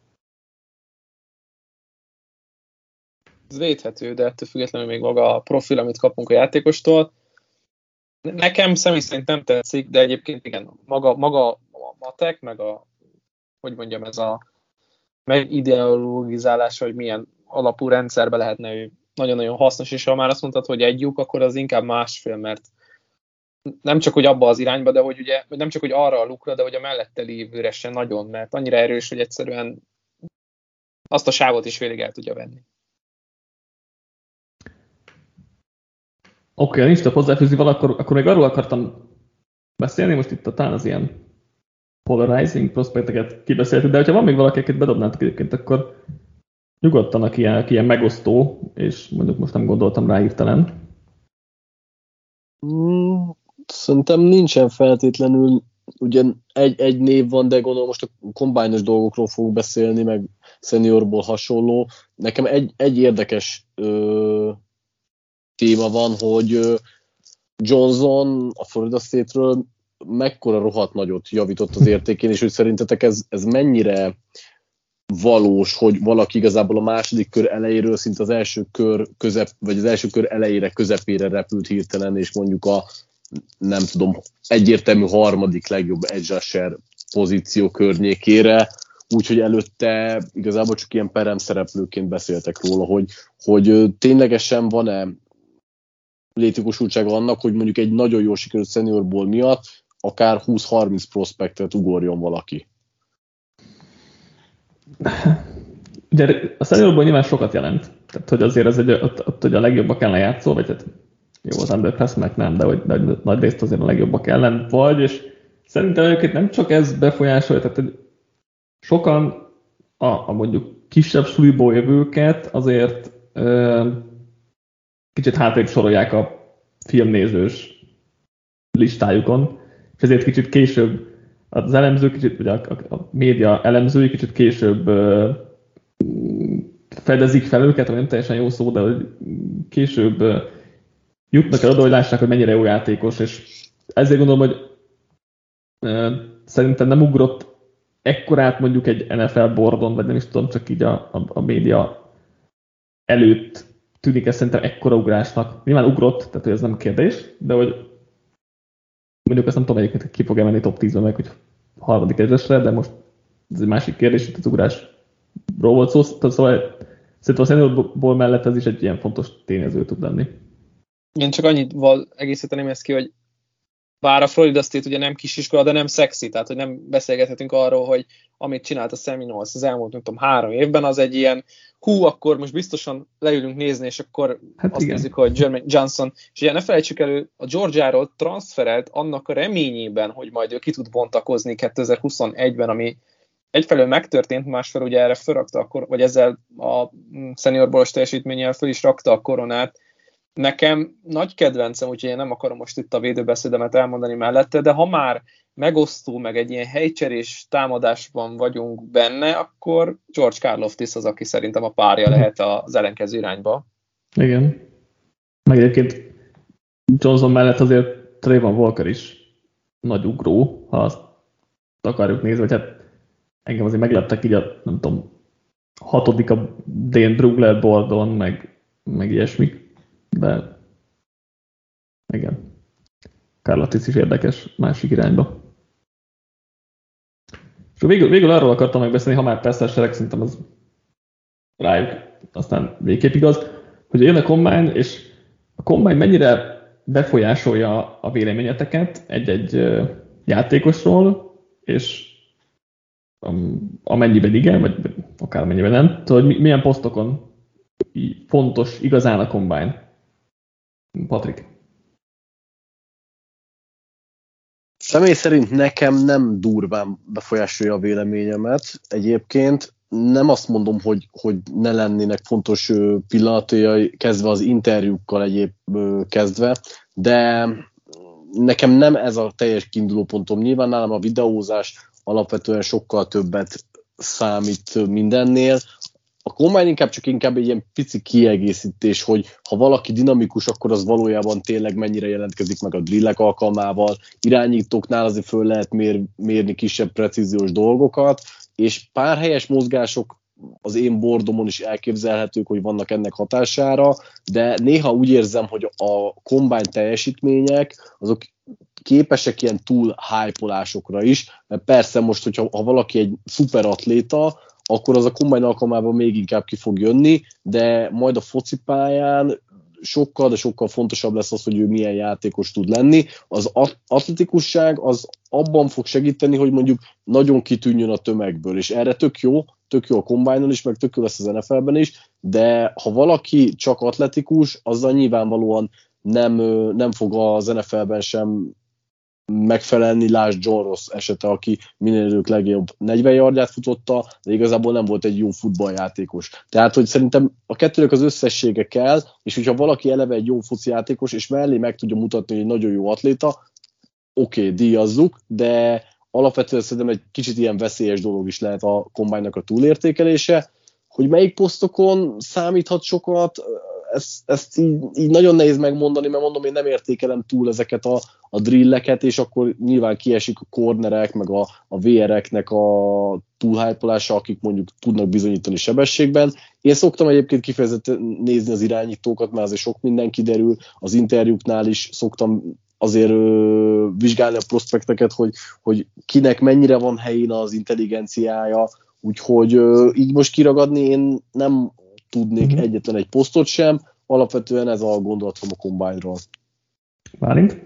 Ez védhető, de ettől függetlenül még maga a profil, amit kapunk a játékostól. Nekem személy szerint nem tetszik, de egyébként igen, maga a matek, meg ez a megideologizálás, hogy milyen alapú rendszerbe lehetne ő nagyon-nagyon hasznos, és ha már azt mondtad, hogy egy lyuk, akkor az inkább másfél, mert nem csak, hogy abba az irányba, de hogy ugye, nem csak, hogy arra a lukra, de hogy a mellette lévőre sem nagyon, mert annyira erős, hogy egyszerűen azt a sávot is félig el tudja venni. Oké, nincs több hozzáfűzni vala, akkor még arról akartam beszélni, most itt talán az ilyen polarizing prospekteket kibeszéltük, de hogyha van még valaki, akit bedobnátok egyébként, akkor nyugodtan, aki ilyen megosztó, és mondjuk most nem gondoltam rá hirtelen. Szerintem nincsen feltétlenül, ugye egy név van, de gondolom most a kombájnos dolgokról fogunk beszélni, meg seniorból hasonló. Nekem egy érdekes téma van, hogy Johnson a Florida State-ről mekkora rohadt nagyot javított az értékén, és hogy szerintetek ez mennyire valós, hogy valaki igazából a második kör elejéről szinte az első kör vagy az első kör elejére, közepére repült hirtelen, és mondjuk a nem tudom, egyértelmű harmadik legjobb edge rusher pozíció környékére, úgyhogy előtte igazából csak ilyen perem szereplőként beszéltek róla, hogy ténylegesen van-e létjogosultsága annak, hogy mondjuk egy nagyon jól sikerült seniorból miatt akár 20-30 prospektet ugorjon valaki. Ugye a seniorból nyilván sokat jelent. Tehát, hogy azért ez ott hogy a legjobbak ellen játszol, vagy hát jó, az underclassmek nem, de hogy nagy részt azért a legjobbak ellen vagy, és szerintem egyébként nem csak ez befolyásolja, tehát hogy sokan a mondjuk kisebb suliból jövőket azért kicsit hátrébb sorolják a filmnézős listájukon, és ezért kicsit később az elemzők, kicsit, vagy a média elemzői kicsit később fedezik fel őket, ami nem teljesen jó szó, de hogy később jutnak el oda, hogy lássák, hogy mennyire jó játékos, és ezért gondolom, hogy szerintem nem ugrott ekkorát mondjuk egy NFL boardon, vagy nem is tudom, csak így a média előtt tűnik ez szerintem ekkora ugrásnak. Nyilván ugrott, tehát hogy ez nem kérdés, de hogy mondjuk azt nem tudom egyébként, ki fog menni top 10-ben meg, hogy harmadik egyesre, de most ez egy másik kérdés, hogy az ugrásról volt szó, szóval szerintem a seniorból mellett ez is egy ilyen fontos tényező tud lenni. Én csak annyit egészíteném ezt ki, hogy bár a Florida State ugye nem kisiskola, de nem szexi, tehát hogy nem beszélgethetünk arról, hogy amit csinált a Seminoles az elmúlt, nem tudom, 3 évben, az egy ilyen akkor most biztosan leülünk nézni, és akkor azt nézzük, hogy Jermaine Johnson, és ugye ne felejtsük elő, a Georgiáról transferelt annak a reményében, hogy majd ő ki tud bontakozni 2021-ben, ami egyfelől megtörtént, másfelől ugye erre fölrakta akkor, vagy ezzel a seniorbolos teljesítménnyel föl is rakta a koronát. Nekem nagy kedvencem, úgyhogy én nem akarom most itt a védőbeszédemet elmondani mellette, de ha már megosztó, meg egy ilyen helycserés támadásban vagyunk benne, akkor George Karlaftis az, aki szerintem a párja lehet az ellenkező irányba. Igen. Meg egyébként Johnson mellett azért Trayvon Walker is nagy ugró, ha azt akarjuk nézni, vagy hát engem azért megleptek így a, nem tudom, 6. a Dane Brugler boardon, meg ilyesmi. De igen. Karlatis is érdekes másik irányba. És végül arról akartam megbeszélni, ha már persze a sereg, szerintem az rájuk aztán végképp igaz, hogy jön a Combine, és a Combine mennyire befolyásolja a véleményeteket egy-egy játékosról, és amennyiben igen, vagy akár mennyiben nem, tudod, hogy milyen posztokon fontos igazán a Combine. Patrik. Személy szerint nekem nem durván befolyásolja a véleményemet. Egyébként nem azt mondom, hogy ne lennének fontos pillanatai, kezdve az interjúkkal kezdve, de nekem nem ez a teljes kiindulópontom. Nyilván nálam a videózás alapvetően sokkal többet számít mindennél. A Combine inkább egy ilyen pici kiegészítés, hogy ha valaki dinamikus, akkor az valójában tényleg mennyire jelentkezik meg a drillek alkalmával. Irányítóknál azért föl lehet mérni kisebb precíziós dolgokat, és pár helyes mozgások az én bordomon is elképzelhetők, hogy vannak ennek hatására, de néha úgy érzem, hogy a Combine teljesítmények, azok képesek ilyen túl hype-olásokra is, mert persze most, hogyha valaki egy szuper atléta, akkor az a Combine alkalmában még inkább ki fog jönni, de majd a focipályán sokkal, de sokkal fontosabb lesz az, hogy ő milyen játékos tud lenni. Az atletikusság az abban fog segíteni, hogy mondjuk nagyon kitűnjön a tömegből, és erre tök jó a Combine-on is, meg tök jó lesz az NFL-ben is, de ha valaki csak atletikus, azzal nyilvánvalóan nem fog az NFL-ben sem megfelelni, lásd John Ross esete, aki minél idők legjobb 40 yardját futotta, de igazából nem volt egy jó futballjátékos. Tehát, hogy szerintem a kettőnek az összessége kell, és hogyha valaki eleve egy jó foci játékos, és mellé meg tudja mutatni, hogy egy nagyon jó atléta, oké, díjazzuk, de alapvetően szerintem egy kicsit ilyen veszélyes dolog is lehet a Combine-nak a túlértékelése. Hogy melyik posztokon számíthat sokat, ezt így nagyon nehéz megmondani, mert mondom, én nem értékelem túl ezeket a drilleket, és akkor nyilván kiesik a cornerek, meg a VR-eknek a túlhypolása, akik mondjuk tudnak bizonyítani sebességben. Én szoktam egyébként kifejezetten nézni az irányítókat, mert azért sok minden kiderül, az interjúknál is szoktam azért vizsgálni a prospekteket, hogy kinek mennyire van helyén az intelligenciája, úgyhogy így most kiragadni én nem tudnék egyetlen egy posztot sem, alapvetően ez a gondolatom a Combine-ról. Bálint?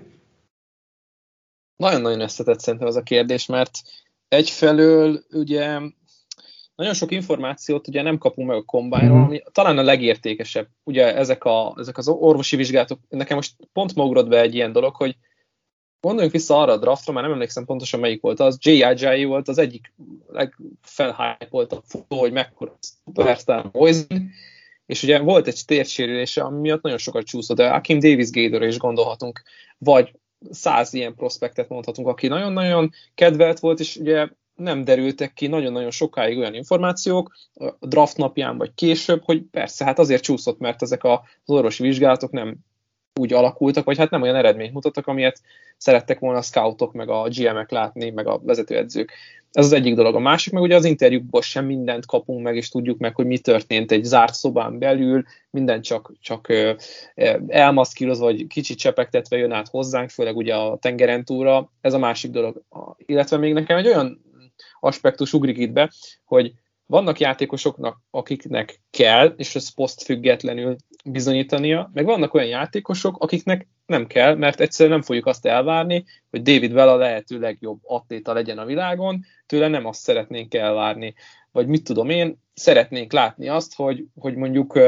Nagyon-nagyon összetett szerintem ez a kérdés, mert egyfelől ugye nagyon sok információt ugye nem kapunk meg a Combine-ról, ami talán a legértékesebb. Ugye ezek az orvosi vizsgálatok, nekem most pont ma ugrott be egy ilyen dolog, hogy gondoljunk vissza arra a draftra, már nem emlékszem pontosan melyik volt az, Jay Ajayi volt az egyik legfelhypoltabb futó, hogy mekkora szupersztár Boise, és ugye volt egy térsérülése, ami miatt nagyon sokat csúszott, de Akeem Davis Gatorra is gondolhatunk, vagy 100 ilyen prospektet mondhatunk, aki nagyon-nagyon kedvelt volt, és ugye nem derültek ki nagyon-nagyon sokáig olyan információk a draft napján, vagy később, hogy persze, hát azért csúszott, mert ezek az orvosi vizsgálatok nem úgy alakultak, vagy hát nem olyan eredményt mutattak, amilyet szerettek volna a scoutok, meg a GM-ek látni, meg a vezetőedzők. Ez az egyik dolog. A másik meg ugye az interjúkból sem mindent kapunk meg, és tudjuk meg, hogy mi történt egy zárt szobán belül, minden csak elmaszkírozva, vagy kicsit csepegtetve jön át hozzánk, főleg ugye a tengeren túlra. Ez a másik dolog. Illetve még nekem egy olyan aspektus ugrik itt be, hogy vannak játékosoknak, akiknek kell, és ez poszt függetlenül bizonyítania, meg vannak olyan játékosok, akiknek nem kell, mert egyszerűen nem fogjuk azt elvárni, hogy David Bell a lehető legjobb atléta legyen a világon, tőle nem azt szeretnénk elvárni. Vagy mit tudom én, szeretnénk látni azt, hogy mondjuk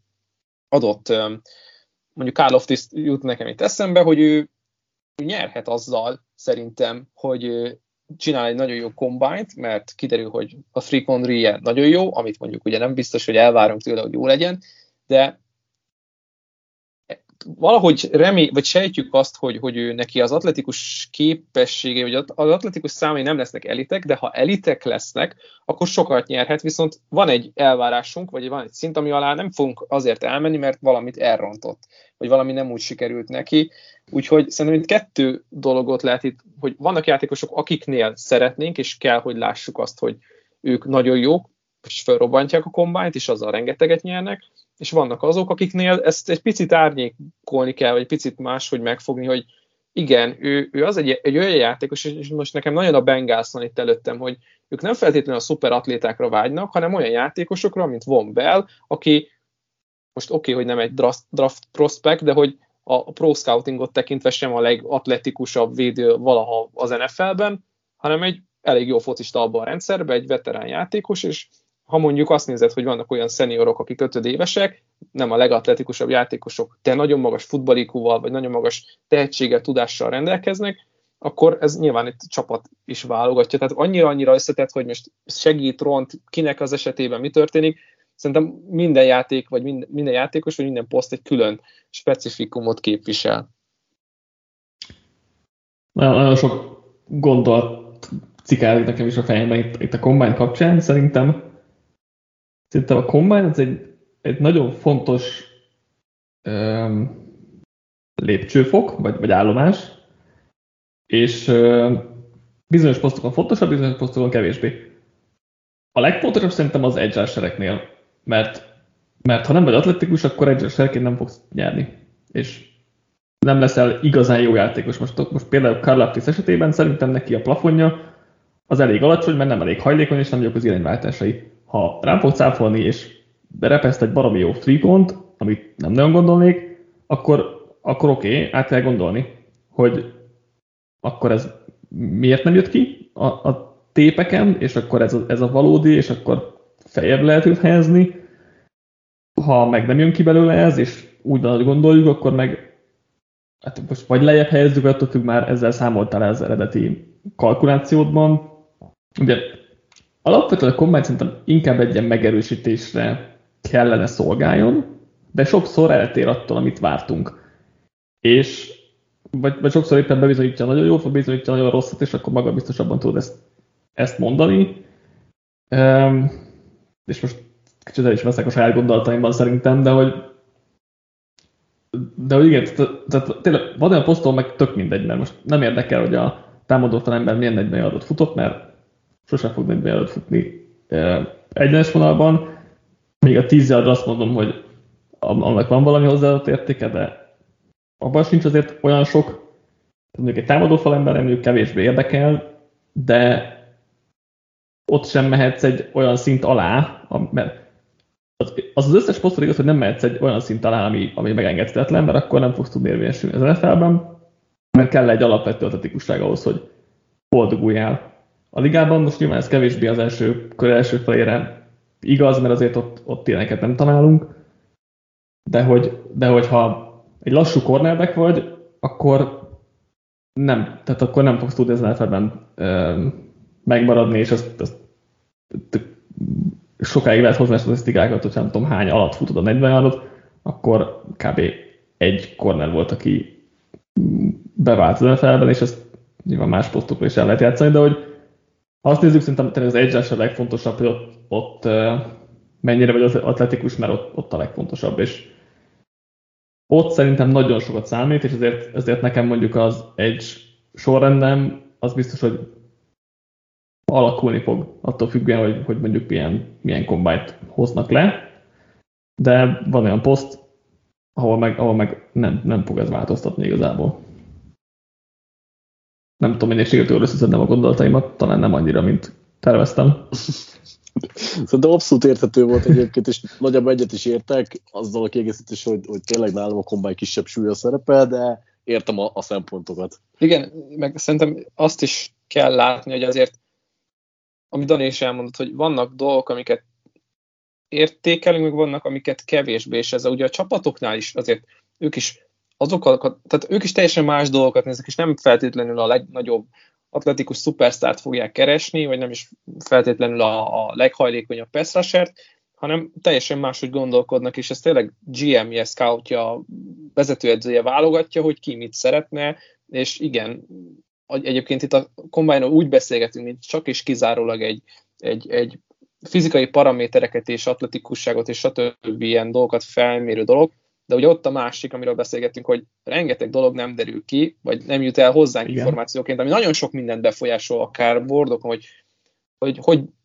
adott, mondjuk Karl Loftis jut nekem itt eszembe, hogy ő nyerhet azzal szerintem, hogy csinál egy nagyon jó combine-t, mert kiderül, hogy a Freak Henry nagyon jó, amit mondjuk ugye nem biztos, hogy elvárunk tőle, hogy jó legyen, de valahogy vagy sejtjük azt, hogy ő neki az atletikus képessége, vagy az atletikus számai nem lesznek elitek, de ha elitek lesznek, akkor sokat nyerhet, viszont van egy elvárásunk, vagy van egy szint, ami alá nem fogunk azért elmenni, mert valamit elrontott, vagy valami nem úgy sikerült neki. Úgyhogy szerintem itt kettő dologot lehet itt, hogy vannak játékosok, akiknél szeretnénk, és kell, hogy lássuk azt, hogy ők nagyon jók, és felrobbantják a kombányt, és azzal rengeteget nyernek, és vannak azok, akiknél ezt egy picit árnyékolni kell, vagy egy picit máshogy megfogni, hogy igen, ő az egy olyan játékos, és most nekem nagyon a Bengals van itt előttem, hogy ők nem feltétlenül a szuper atlétákra vágynak, hanem olyan játékosokra, mint Von Bell, aki most oké, hogy nem egy draft prospect, de hogy a pro scoutingot tekintve sem a legatletikusabb védő valaha az NFL-ben, hanem egy elég jó focista abban a rendszerben, egy veterán játékos, és ha mondjuk azt nézed, hogy vannak olyan szeniorok, akik 5 évesek, nem a legatletikusabb játékosok, de nagyon magas futballikúval, vagy nagyon magas tehetséggel, tudással rendelkeznek, akkor ez nyilván itt csapat is válogatja. Tehát annyira összetett, hogy most segít, ront, kinek az esetében mi történik. Szerintem minden játék, vagy minden játékos, vagy minden poszt egy külön specifikumot képvisel. Nagyon sok gondolat cikálik nekem is a fejemben itt a Combine kapcsán. Szerintem a Combine az egy nagyon fontos lépcsőfok, vagy állomás, és bizonyos posztokon fontosabb, bizonyos posztokon kevésbé. A legfontosabb szerintem az edge rushereknél, mert ha nem vagy atletikus, akkor edge rusherként nem fogsz nyerni, és nem leszel igazán jó játékos. Most például Karl Aftis esetében szerintem neki a plafonja az elég alacsony, mert nem elég hajlékony, és nem jók az irányváltásai. Ha rám fog cáfolni, és repeszt egy baromi jó three-cont, amit nem nagyon gondolnék, akkor oké, át kell gondolni, hogy akkor ez miért nem jött ki a tépeken, és akkor ez a valódi, és akkor feljebb lehet őt helyezni. Ha meg nem jön ki belőle ez, és úgy van, hogy gondoljuk, akkor meg hát most vagy lejjebb helyezzük, attól függ, már ezzel számoltál az eredeti kalkulációdban. Ugye alapvetően a Combine szerintem inkább egy ilyen megerősítésre kellene szolgáljon, de sokszor eltér attól, amit vártunk. És vagy sokszor éppen bebizonyítja nagyon jól, vagy bizonyítja nagyon rosszat, és akkor maga biztosabban tudod ezt mondani. És most kicsit el is veszek a saját gondolataimban szerintem, de hogy igen, tehát tényleg van olyan posztol, meg tök mindegy, mert most nem érdekel, hogy a támadó ember milyen 40 yardot futott, mert sosem fog 40 yardot futni egyenes vonalban. Még a 10 yardra azt mondom, hogy annak van valami hozzáadott értéke, de abban sincs azért olyan sok, mondjuk egy támadó ember mondjuk kevésbé érdekel, de ott sem mehetsz egy olyan szint alá, mert az összes posztról igaz, hogy nem mehetsz egy olyan szint alá, ami megengedhetetlen, mert akkor nem fogsz tudni érvényesülni az NFL-ben, mert kell egy alapvető atletikusság ahhoz, hogy boldoguljál. A ligában most nyilván ez kevésbé az első felére igaz, mert azért ott ilyeneket nem találunk, de hogyha egy lassú cornerback vagy, akkor nem fogsz tudni az NFL-ben megmaradni, és azt sokáig lehet hozni a statisztikákat, hogy nem tudom hány alatt futod a 40 yardot, akkor kb. Egy corner volt, aki bevált az NFL-ben, és ezt nyilván más posztokra is el lehet játszani, de hogy ha azt nézzük, szerintem az edge a legfontosabb, hogy ott mennyire vagy az atletikus, mert ott a legfontosabb, és ott szerintem nagyon sokat számít, és ezért nekem mondjuk az edge sorrendem, az biztos, hogy alakulni fog, attól függően, hogy mondjuk milyen combine-t hoznak le, de van olyan poszt, ahol meg nem fog ez változtatni igazából. Nem tudom, mennyire sikerült összeszednem a gondolataimat, talán nem annyira, mint terveztem. Szerintem abszolút érthető volt egyébként, és nagyjából egyet is értek azzal a kiegészítés, hogy tényleg nálam a combine kisebb súlya szerepel, de értem a szempontokat. Igen, meg szerintem azt is kell látni, hogy azért, amit Dani is elmondott, hogy vannak dolgok, amiket értékelünk, meg vannak, amiket kevésbé, és ez ugye a csapatoknál is azért ők is tehát ők is teljesen más dolgokat néznek, és nem feltétlenül a legnagyobb atletikus szupersztárt fogják keresni, vagy nem is feltétlenül a leghajlékonyabb pass rushert, hanem teljesen máshogy gondolkodnak, és ez tényleg GM-je, scoutja, vezetőedzője válogatja, hogy ki mit szeretne, és igen, egyébként itt a combine-on úgy beszélgetünk, mint csak és kizárólag egy fizikai paramétereket és atletikusságot és stb. Ilyen dolgokat felmérő dolog, de ugye ott a másik, amiről beszélgetünk, hogy rengeteg dolog nem derül ki, vagy nem jut el hozzánk információként, ami nagyon sok mindent befolyásol, akár bordokon, hogy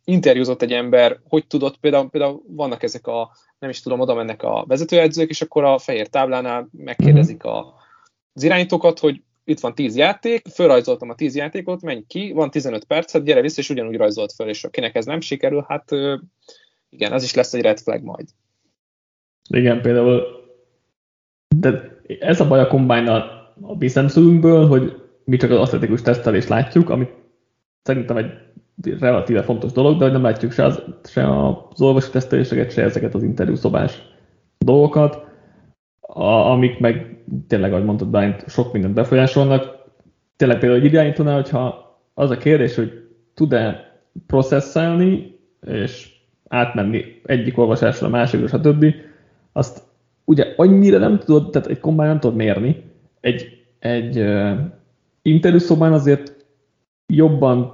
interjúzott egy ember, hogy tudott, például vannak ezek nem is tudom, oda mennek a vezetőedzők, és akkor a fehér táblánál megkérdezik az irányítókat, hogy itt van 10 játék, fölrajzoltam a 10 játékot, menj ki, van 15 percet, gyere vissza, és ugyanúgy rajzolt föl, és akinek ez nem sikerül, hát igen, az is lesz egy red flag majd. Igen, például, de ez a baj a Combine-nal a mi szemszögünkből, hogy mi csak az atletikus tesztelést látjuk, amit szerintem egy relatíve fontos dolog, de hogy nem látjuk se az olvasó teszteléseket, se ezeket az interjúszobás dolgokat, amik meg tényleg, ahogy mondtad, Bálint, sok mindent befolyásolnak. Tényleg például egy irányítónál, hogyha az a kérdés, hogy tud-e processzelni, és átmenni egyik olvasásra a másikra, stb., azt ugye annyira nem tudod, tehát egy Combine nem tudod mérni. Egy interjúszobán azért jobban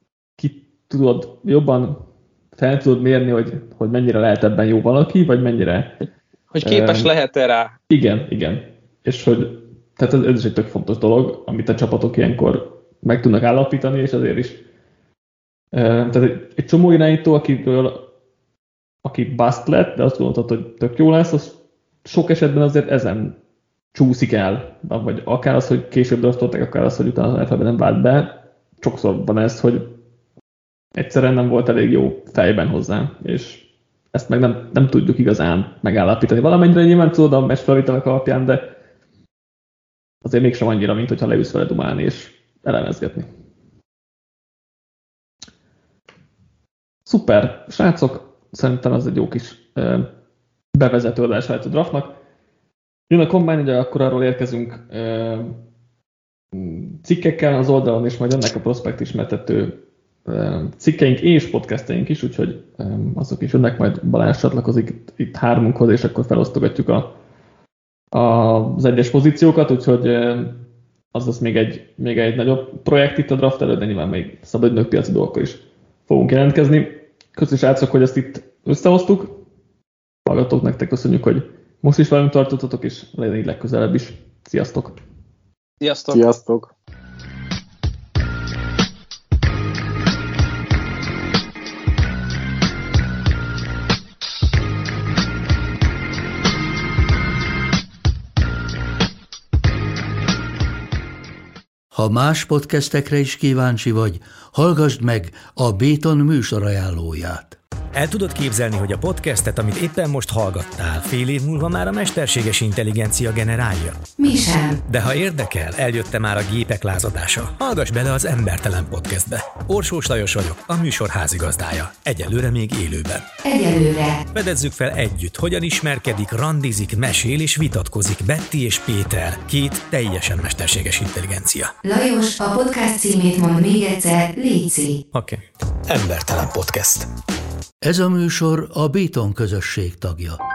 fel tudod mérni, hogy mennyire lehet ebben jó valaki, vagy mennyire... Hogy képes lehet-e rá. Igen. És hogy tehát ez is egy tök fontos dolog, amit a csapatok ilyenkor meg tudnak állapítani, és azért is. Tehát egy csomó irányító, aki bust lett, de azt gondoltad, hogy tök jó lesz, az sok esetben azért ezen csúszik el. Vagy akár az, hogy később draftolták, akár az, hogy utána az NFL-ben nem vált be. Sokszor van ez, hogy egyszerűen nem volt elég jó fejben hozzá, és ezt meg nem tudjuk igazán megállapítani. Valamennyire nyilván tudod a meccsfelvételek alapján, de azért mégsem annyira, mint hogyha leülsz vele dumálni és elemezgetni. Szuper, srácok, szerintem ez egy jó kis bevezető adás lehet a draftnak. Jön a Combine, ugye akkor arról érkezünk cikkekkel az oldalon, és majd ennek a prospekt ismertető cikkeink és podcasteink is, úgyhogy azok is jönnek, majd Balázs csatlakozik itt hármunkhoz, és akkor felosztogatjuk az egyes pozíciókat, úgyhogy az lesz még egy nagyobb projekt itt a draft előtt, de nyilván még szabadidők piaci dolgokkal is fogunk jelentkezni. Köszönjük, srácok, hogy ezt itt összehoztuk. Hallgatók, nektek köszönjük, hogy most is velünk tartottatok, és legyen így legközelebb is. Sziasztok! Sziasztok! Ha más podcastekre is kíváncsi vagy, hallgassd meg a Béton műsor ajánlóját. El tudod képzelni, hogy a podcastet, amit éppen most hallgattál, fél év múlva már a mesterséges intelligencia generálja? Mi sem. De ha érdekel, eljött már a gépek lázadása. Hallgass bele az Embertelen Podcastbe. Orsós Lajos vagyok, a műsor házigazdája. Egyelőre még élőben. Egyelőre. Fedezzük fel együtt, hogyan ismerkedik, randizik, mesél és vitatkozik Betty és Péter, két teljesen mesterséges intelligencia. Lajos, a podcast címét mond még egyszer, léci. Oké. Embertelen Podcast. Ez a műsor a Béton közösség tagja.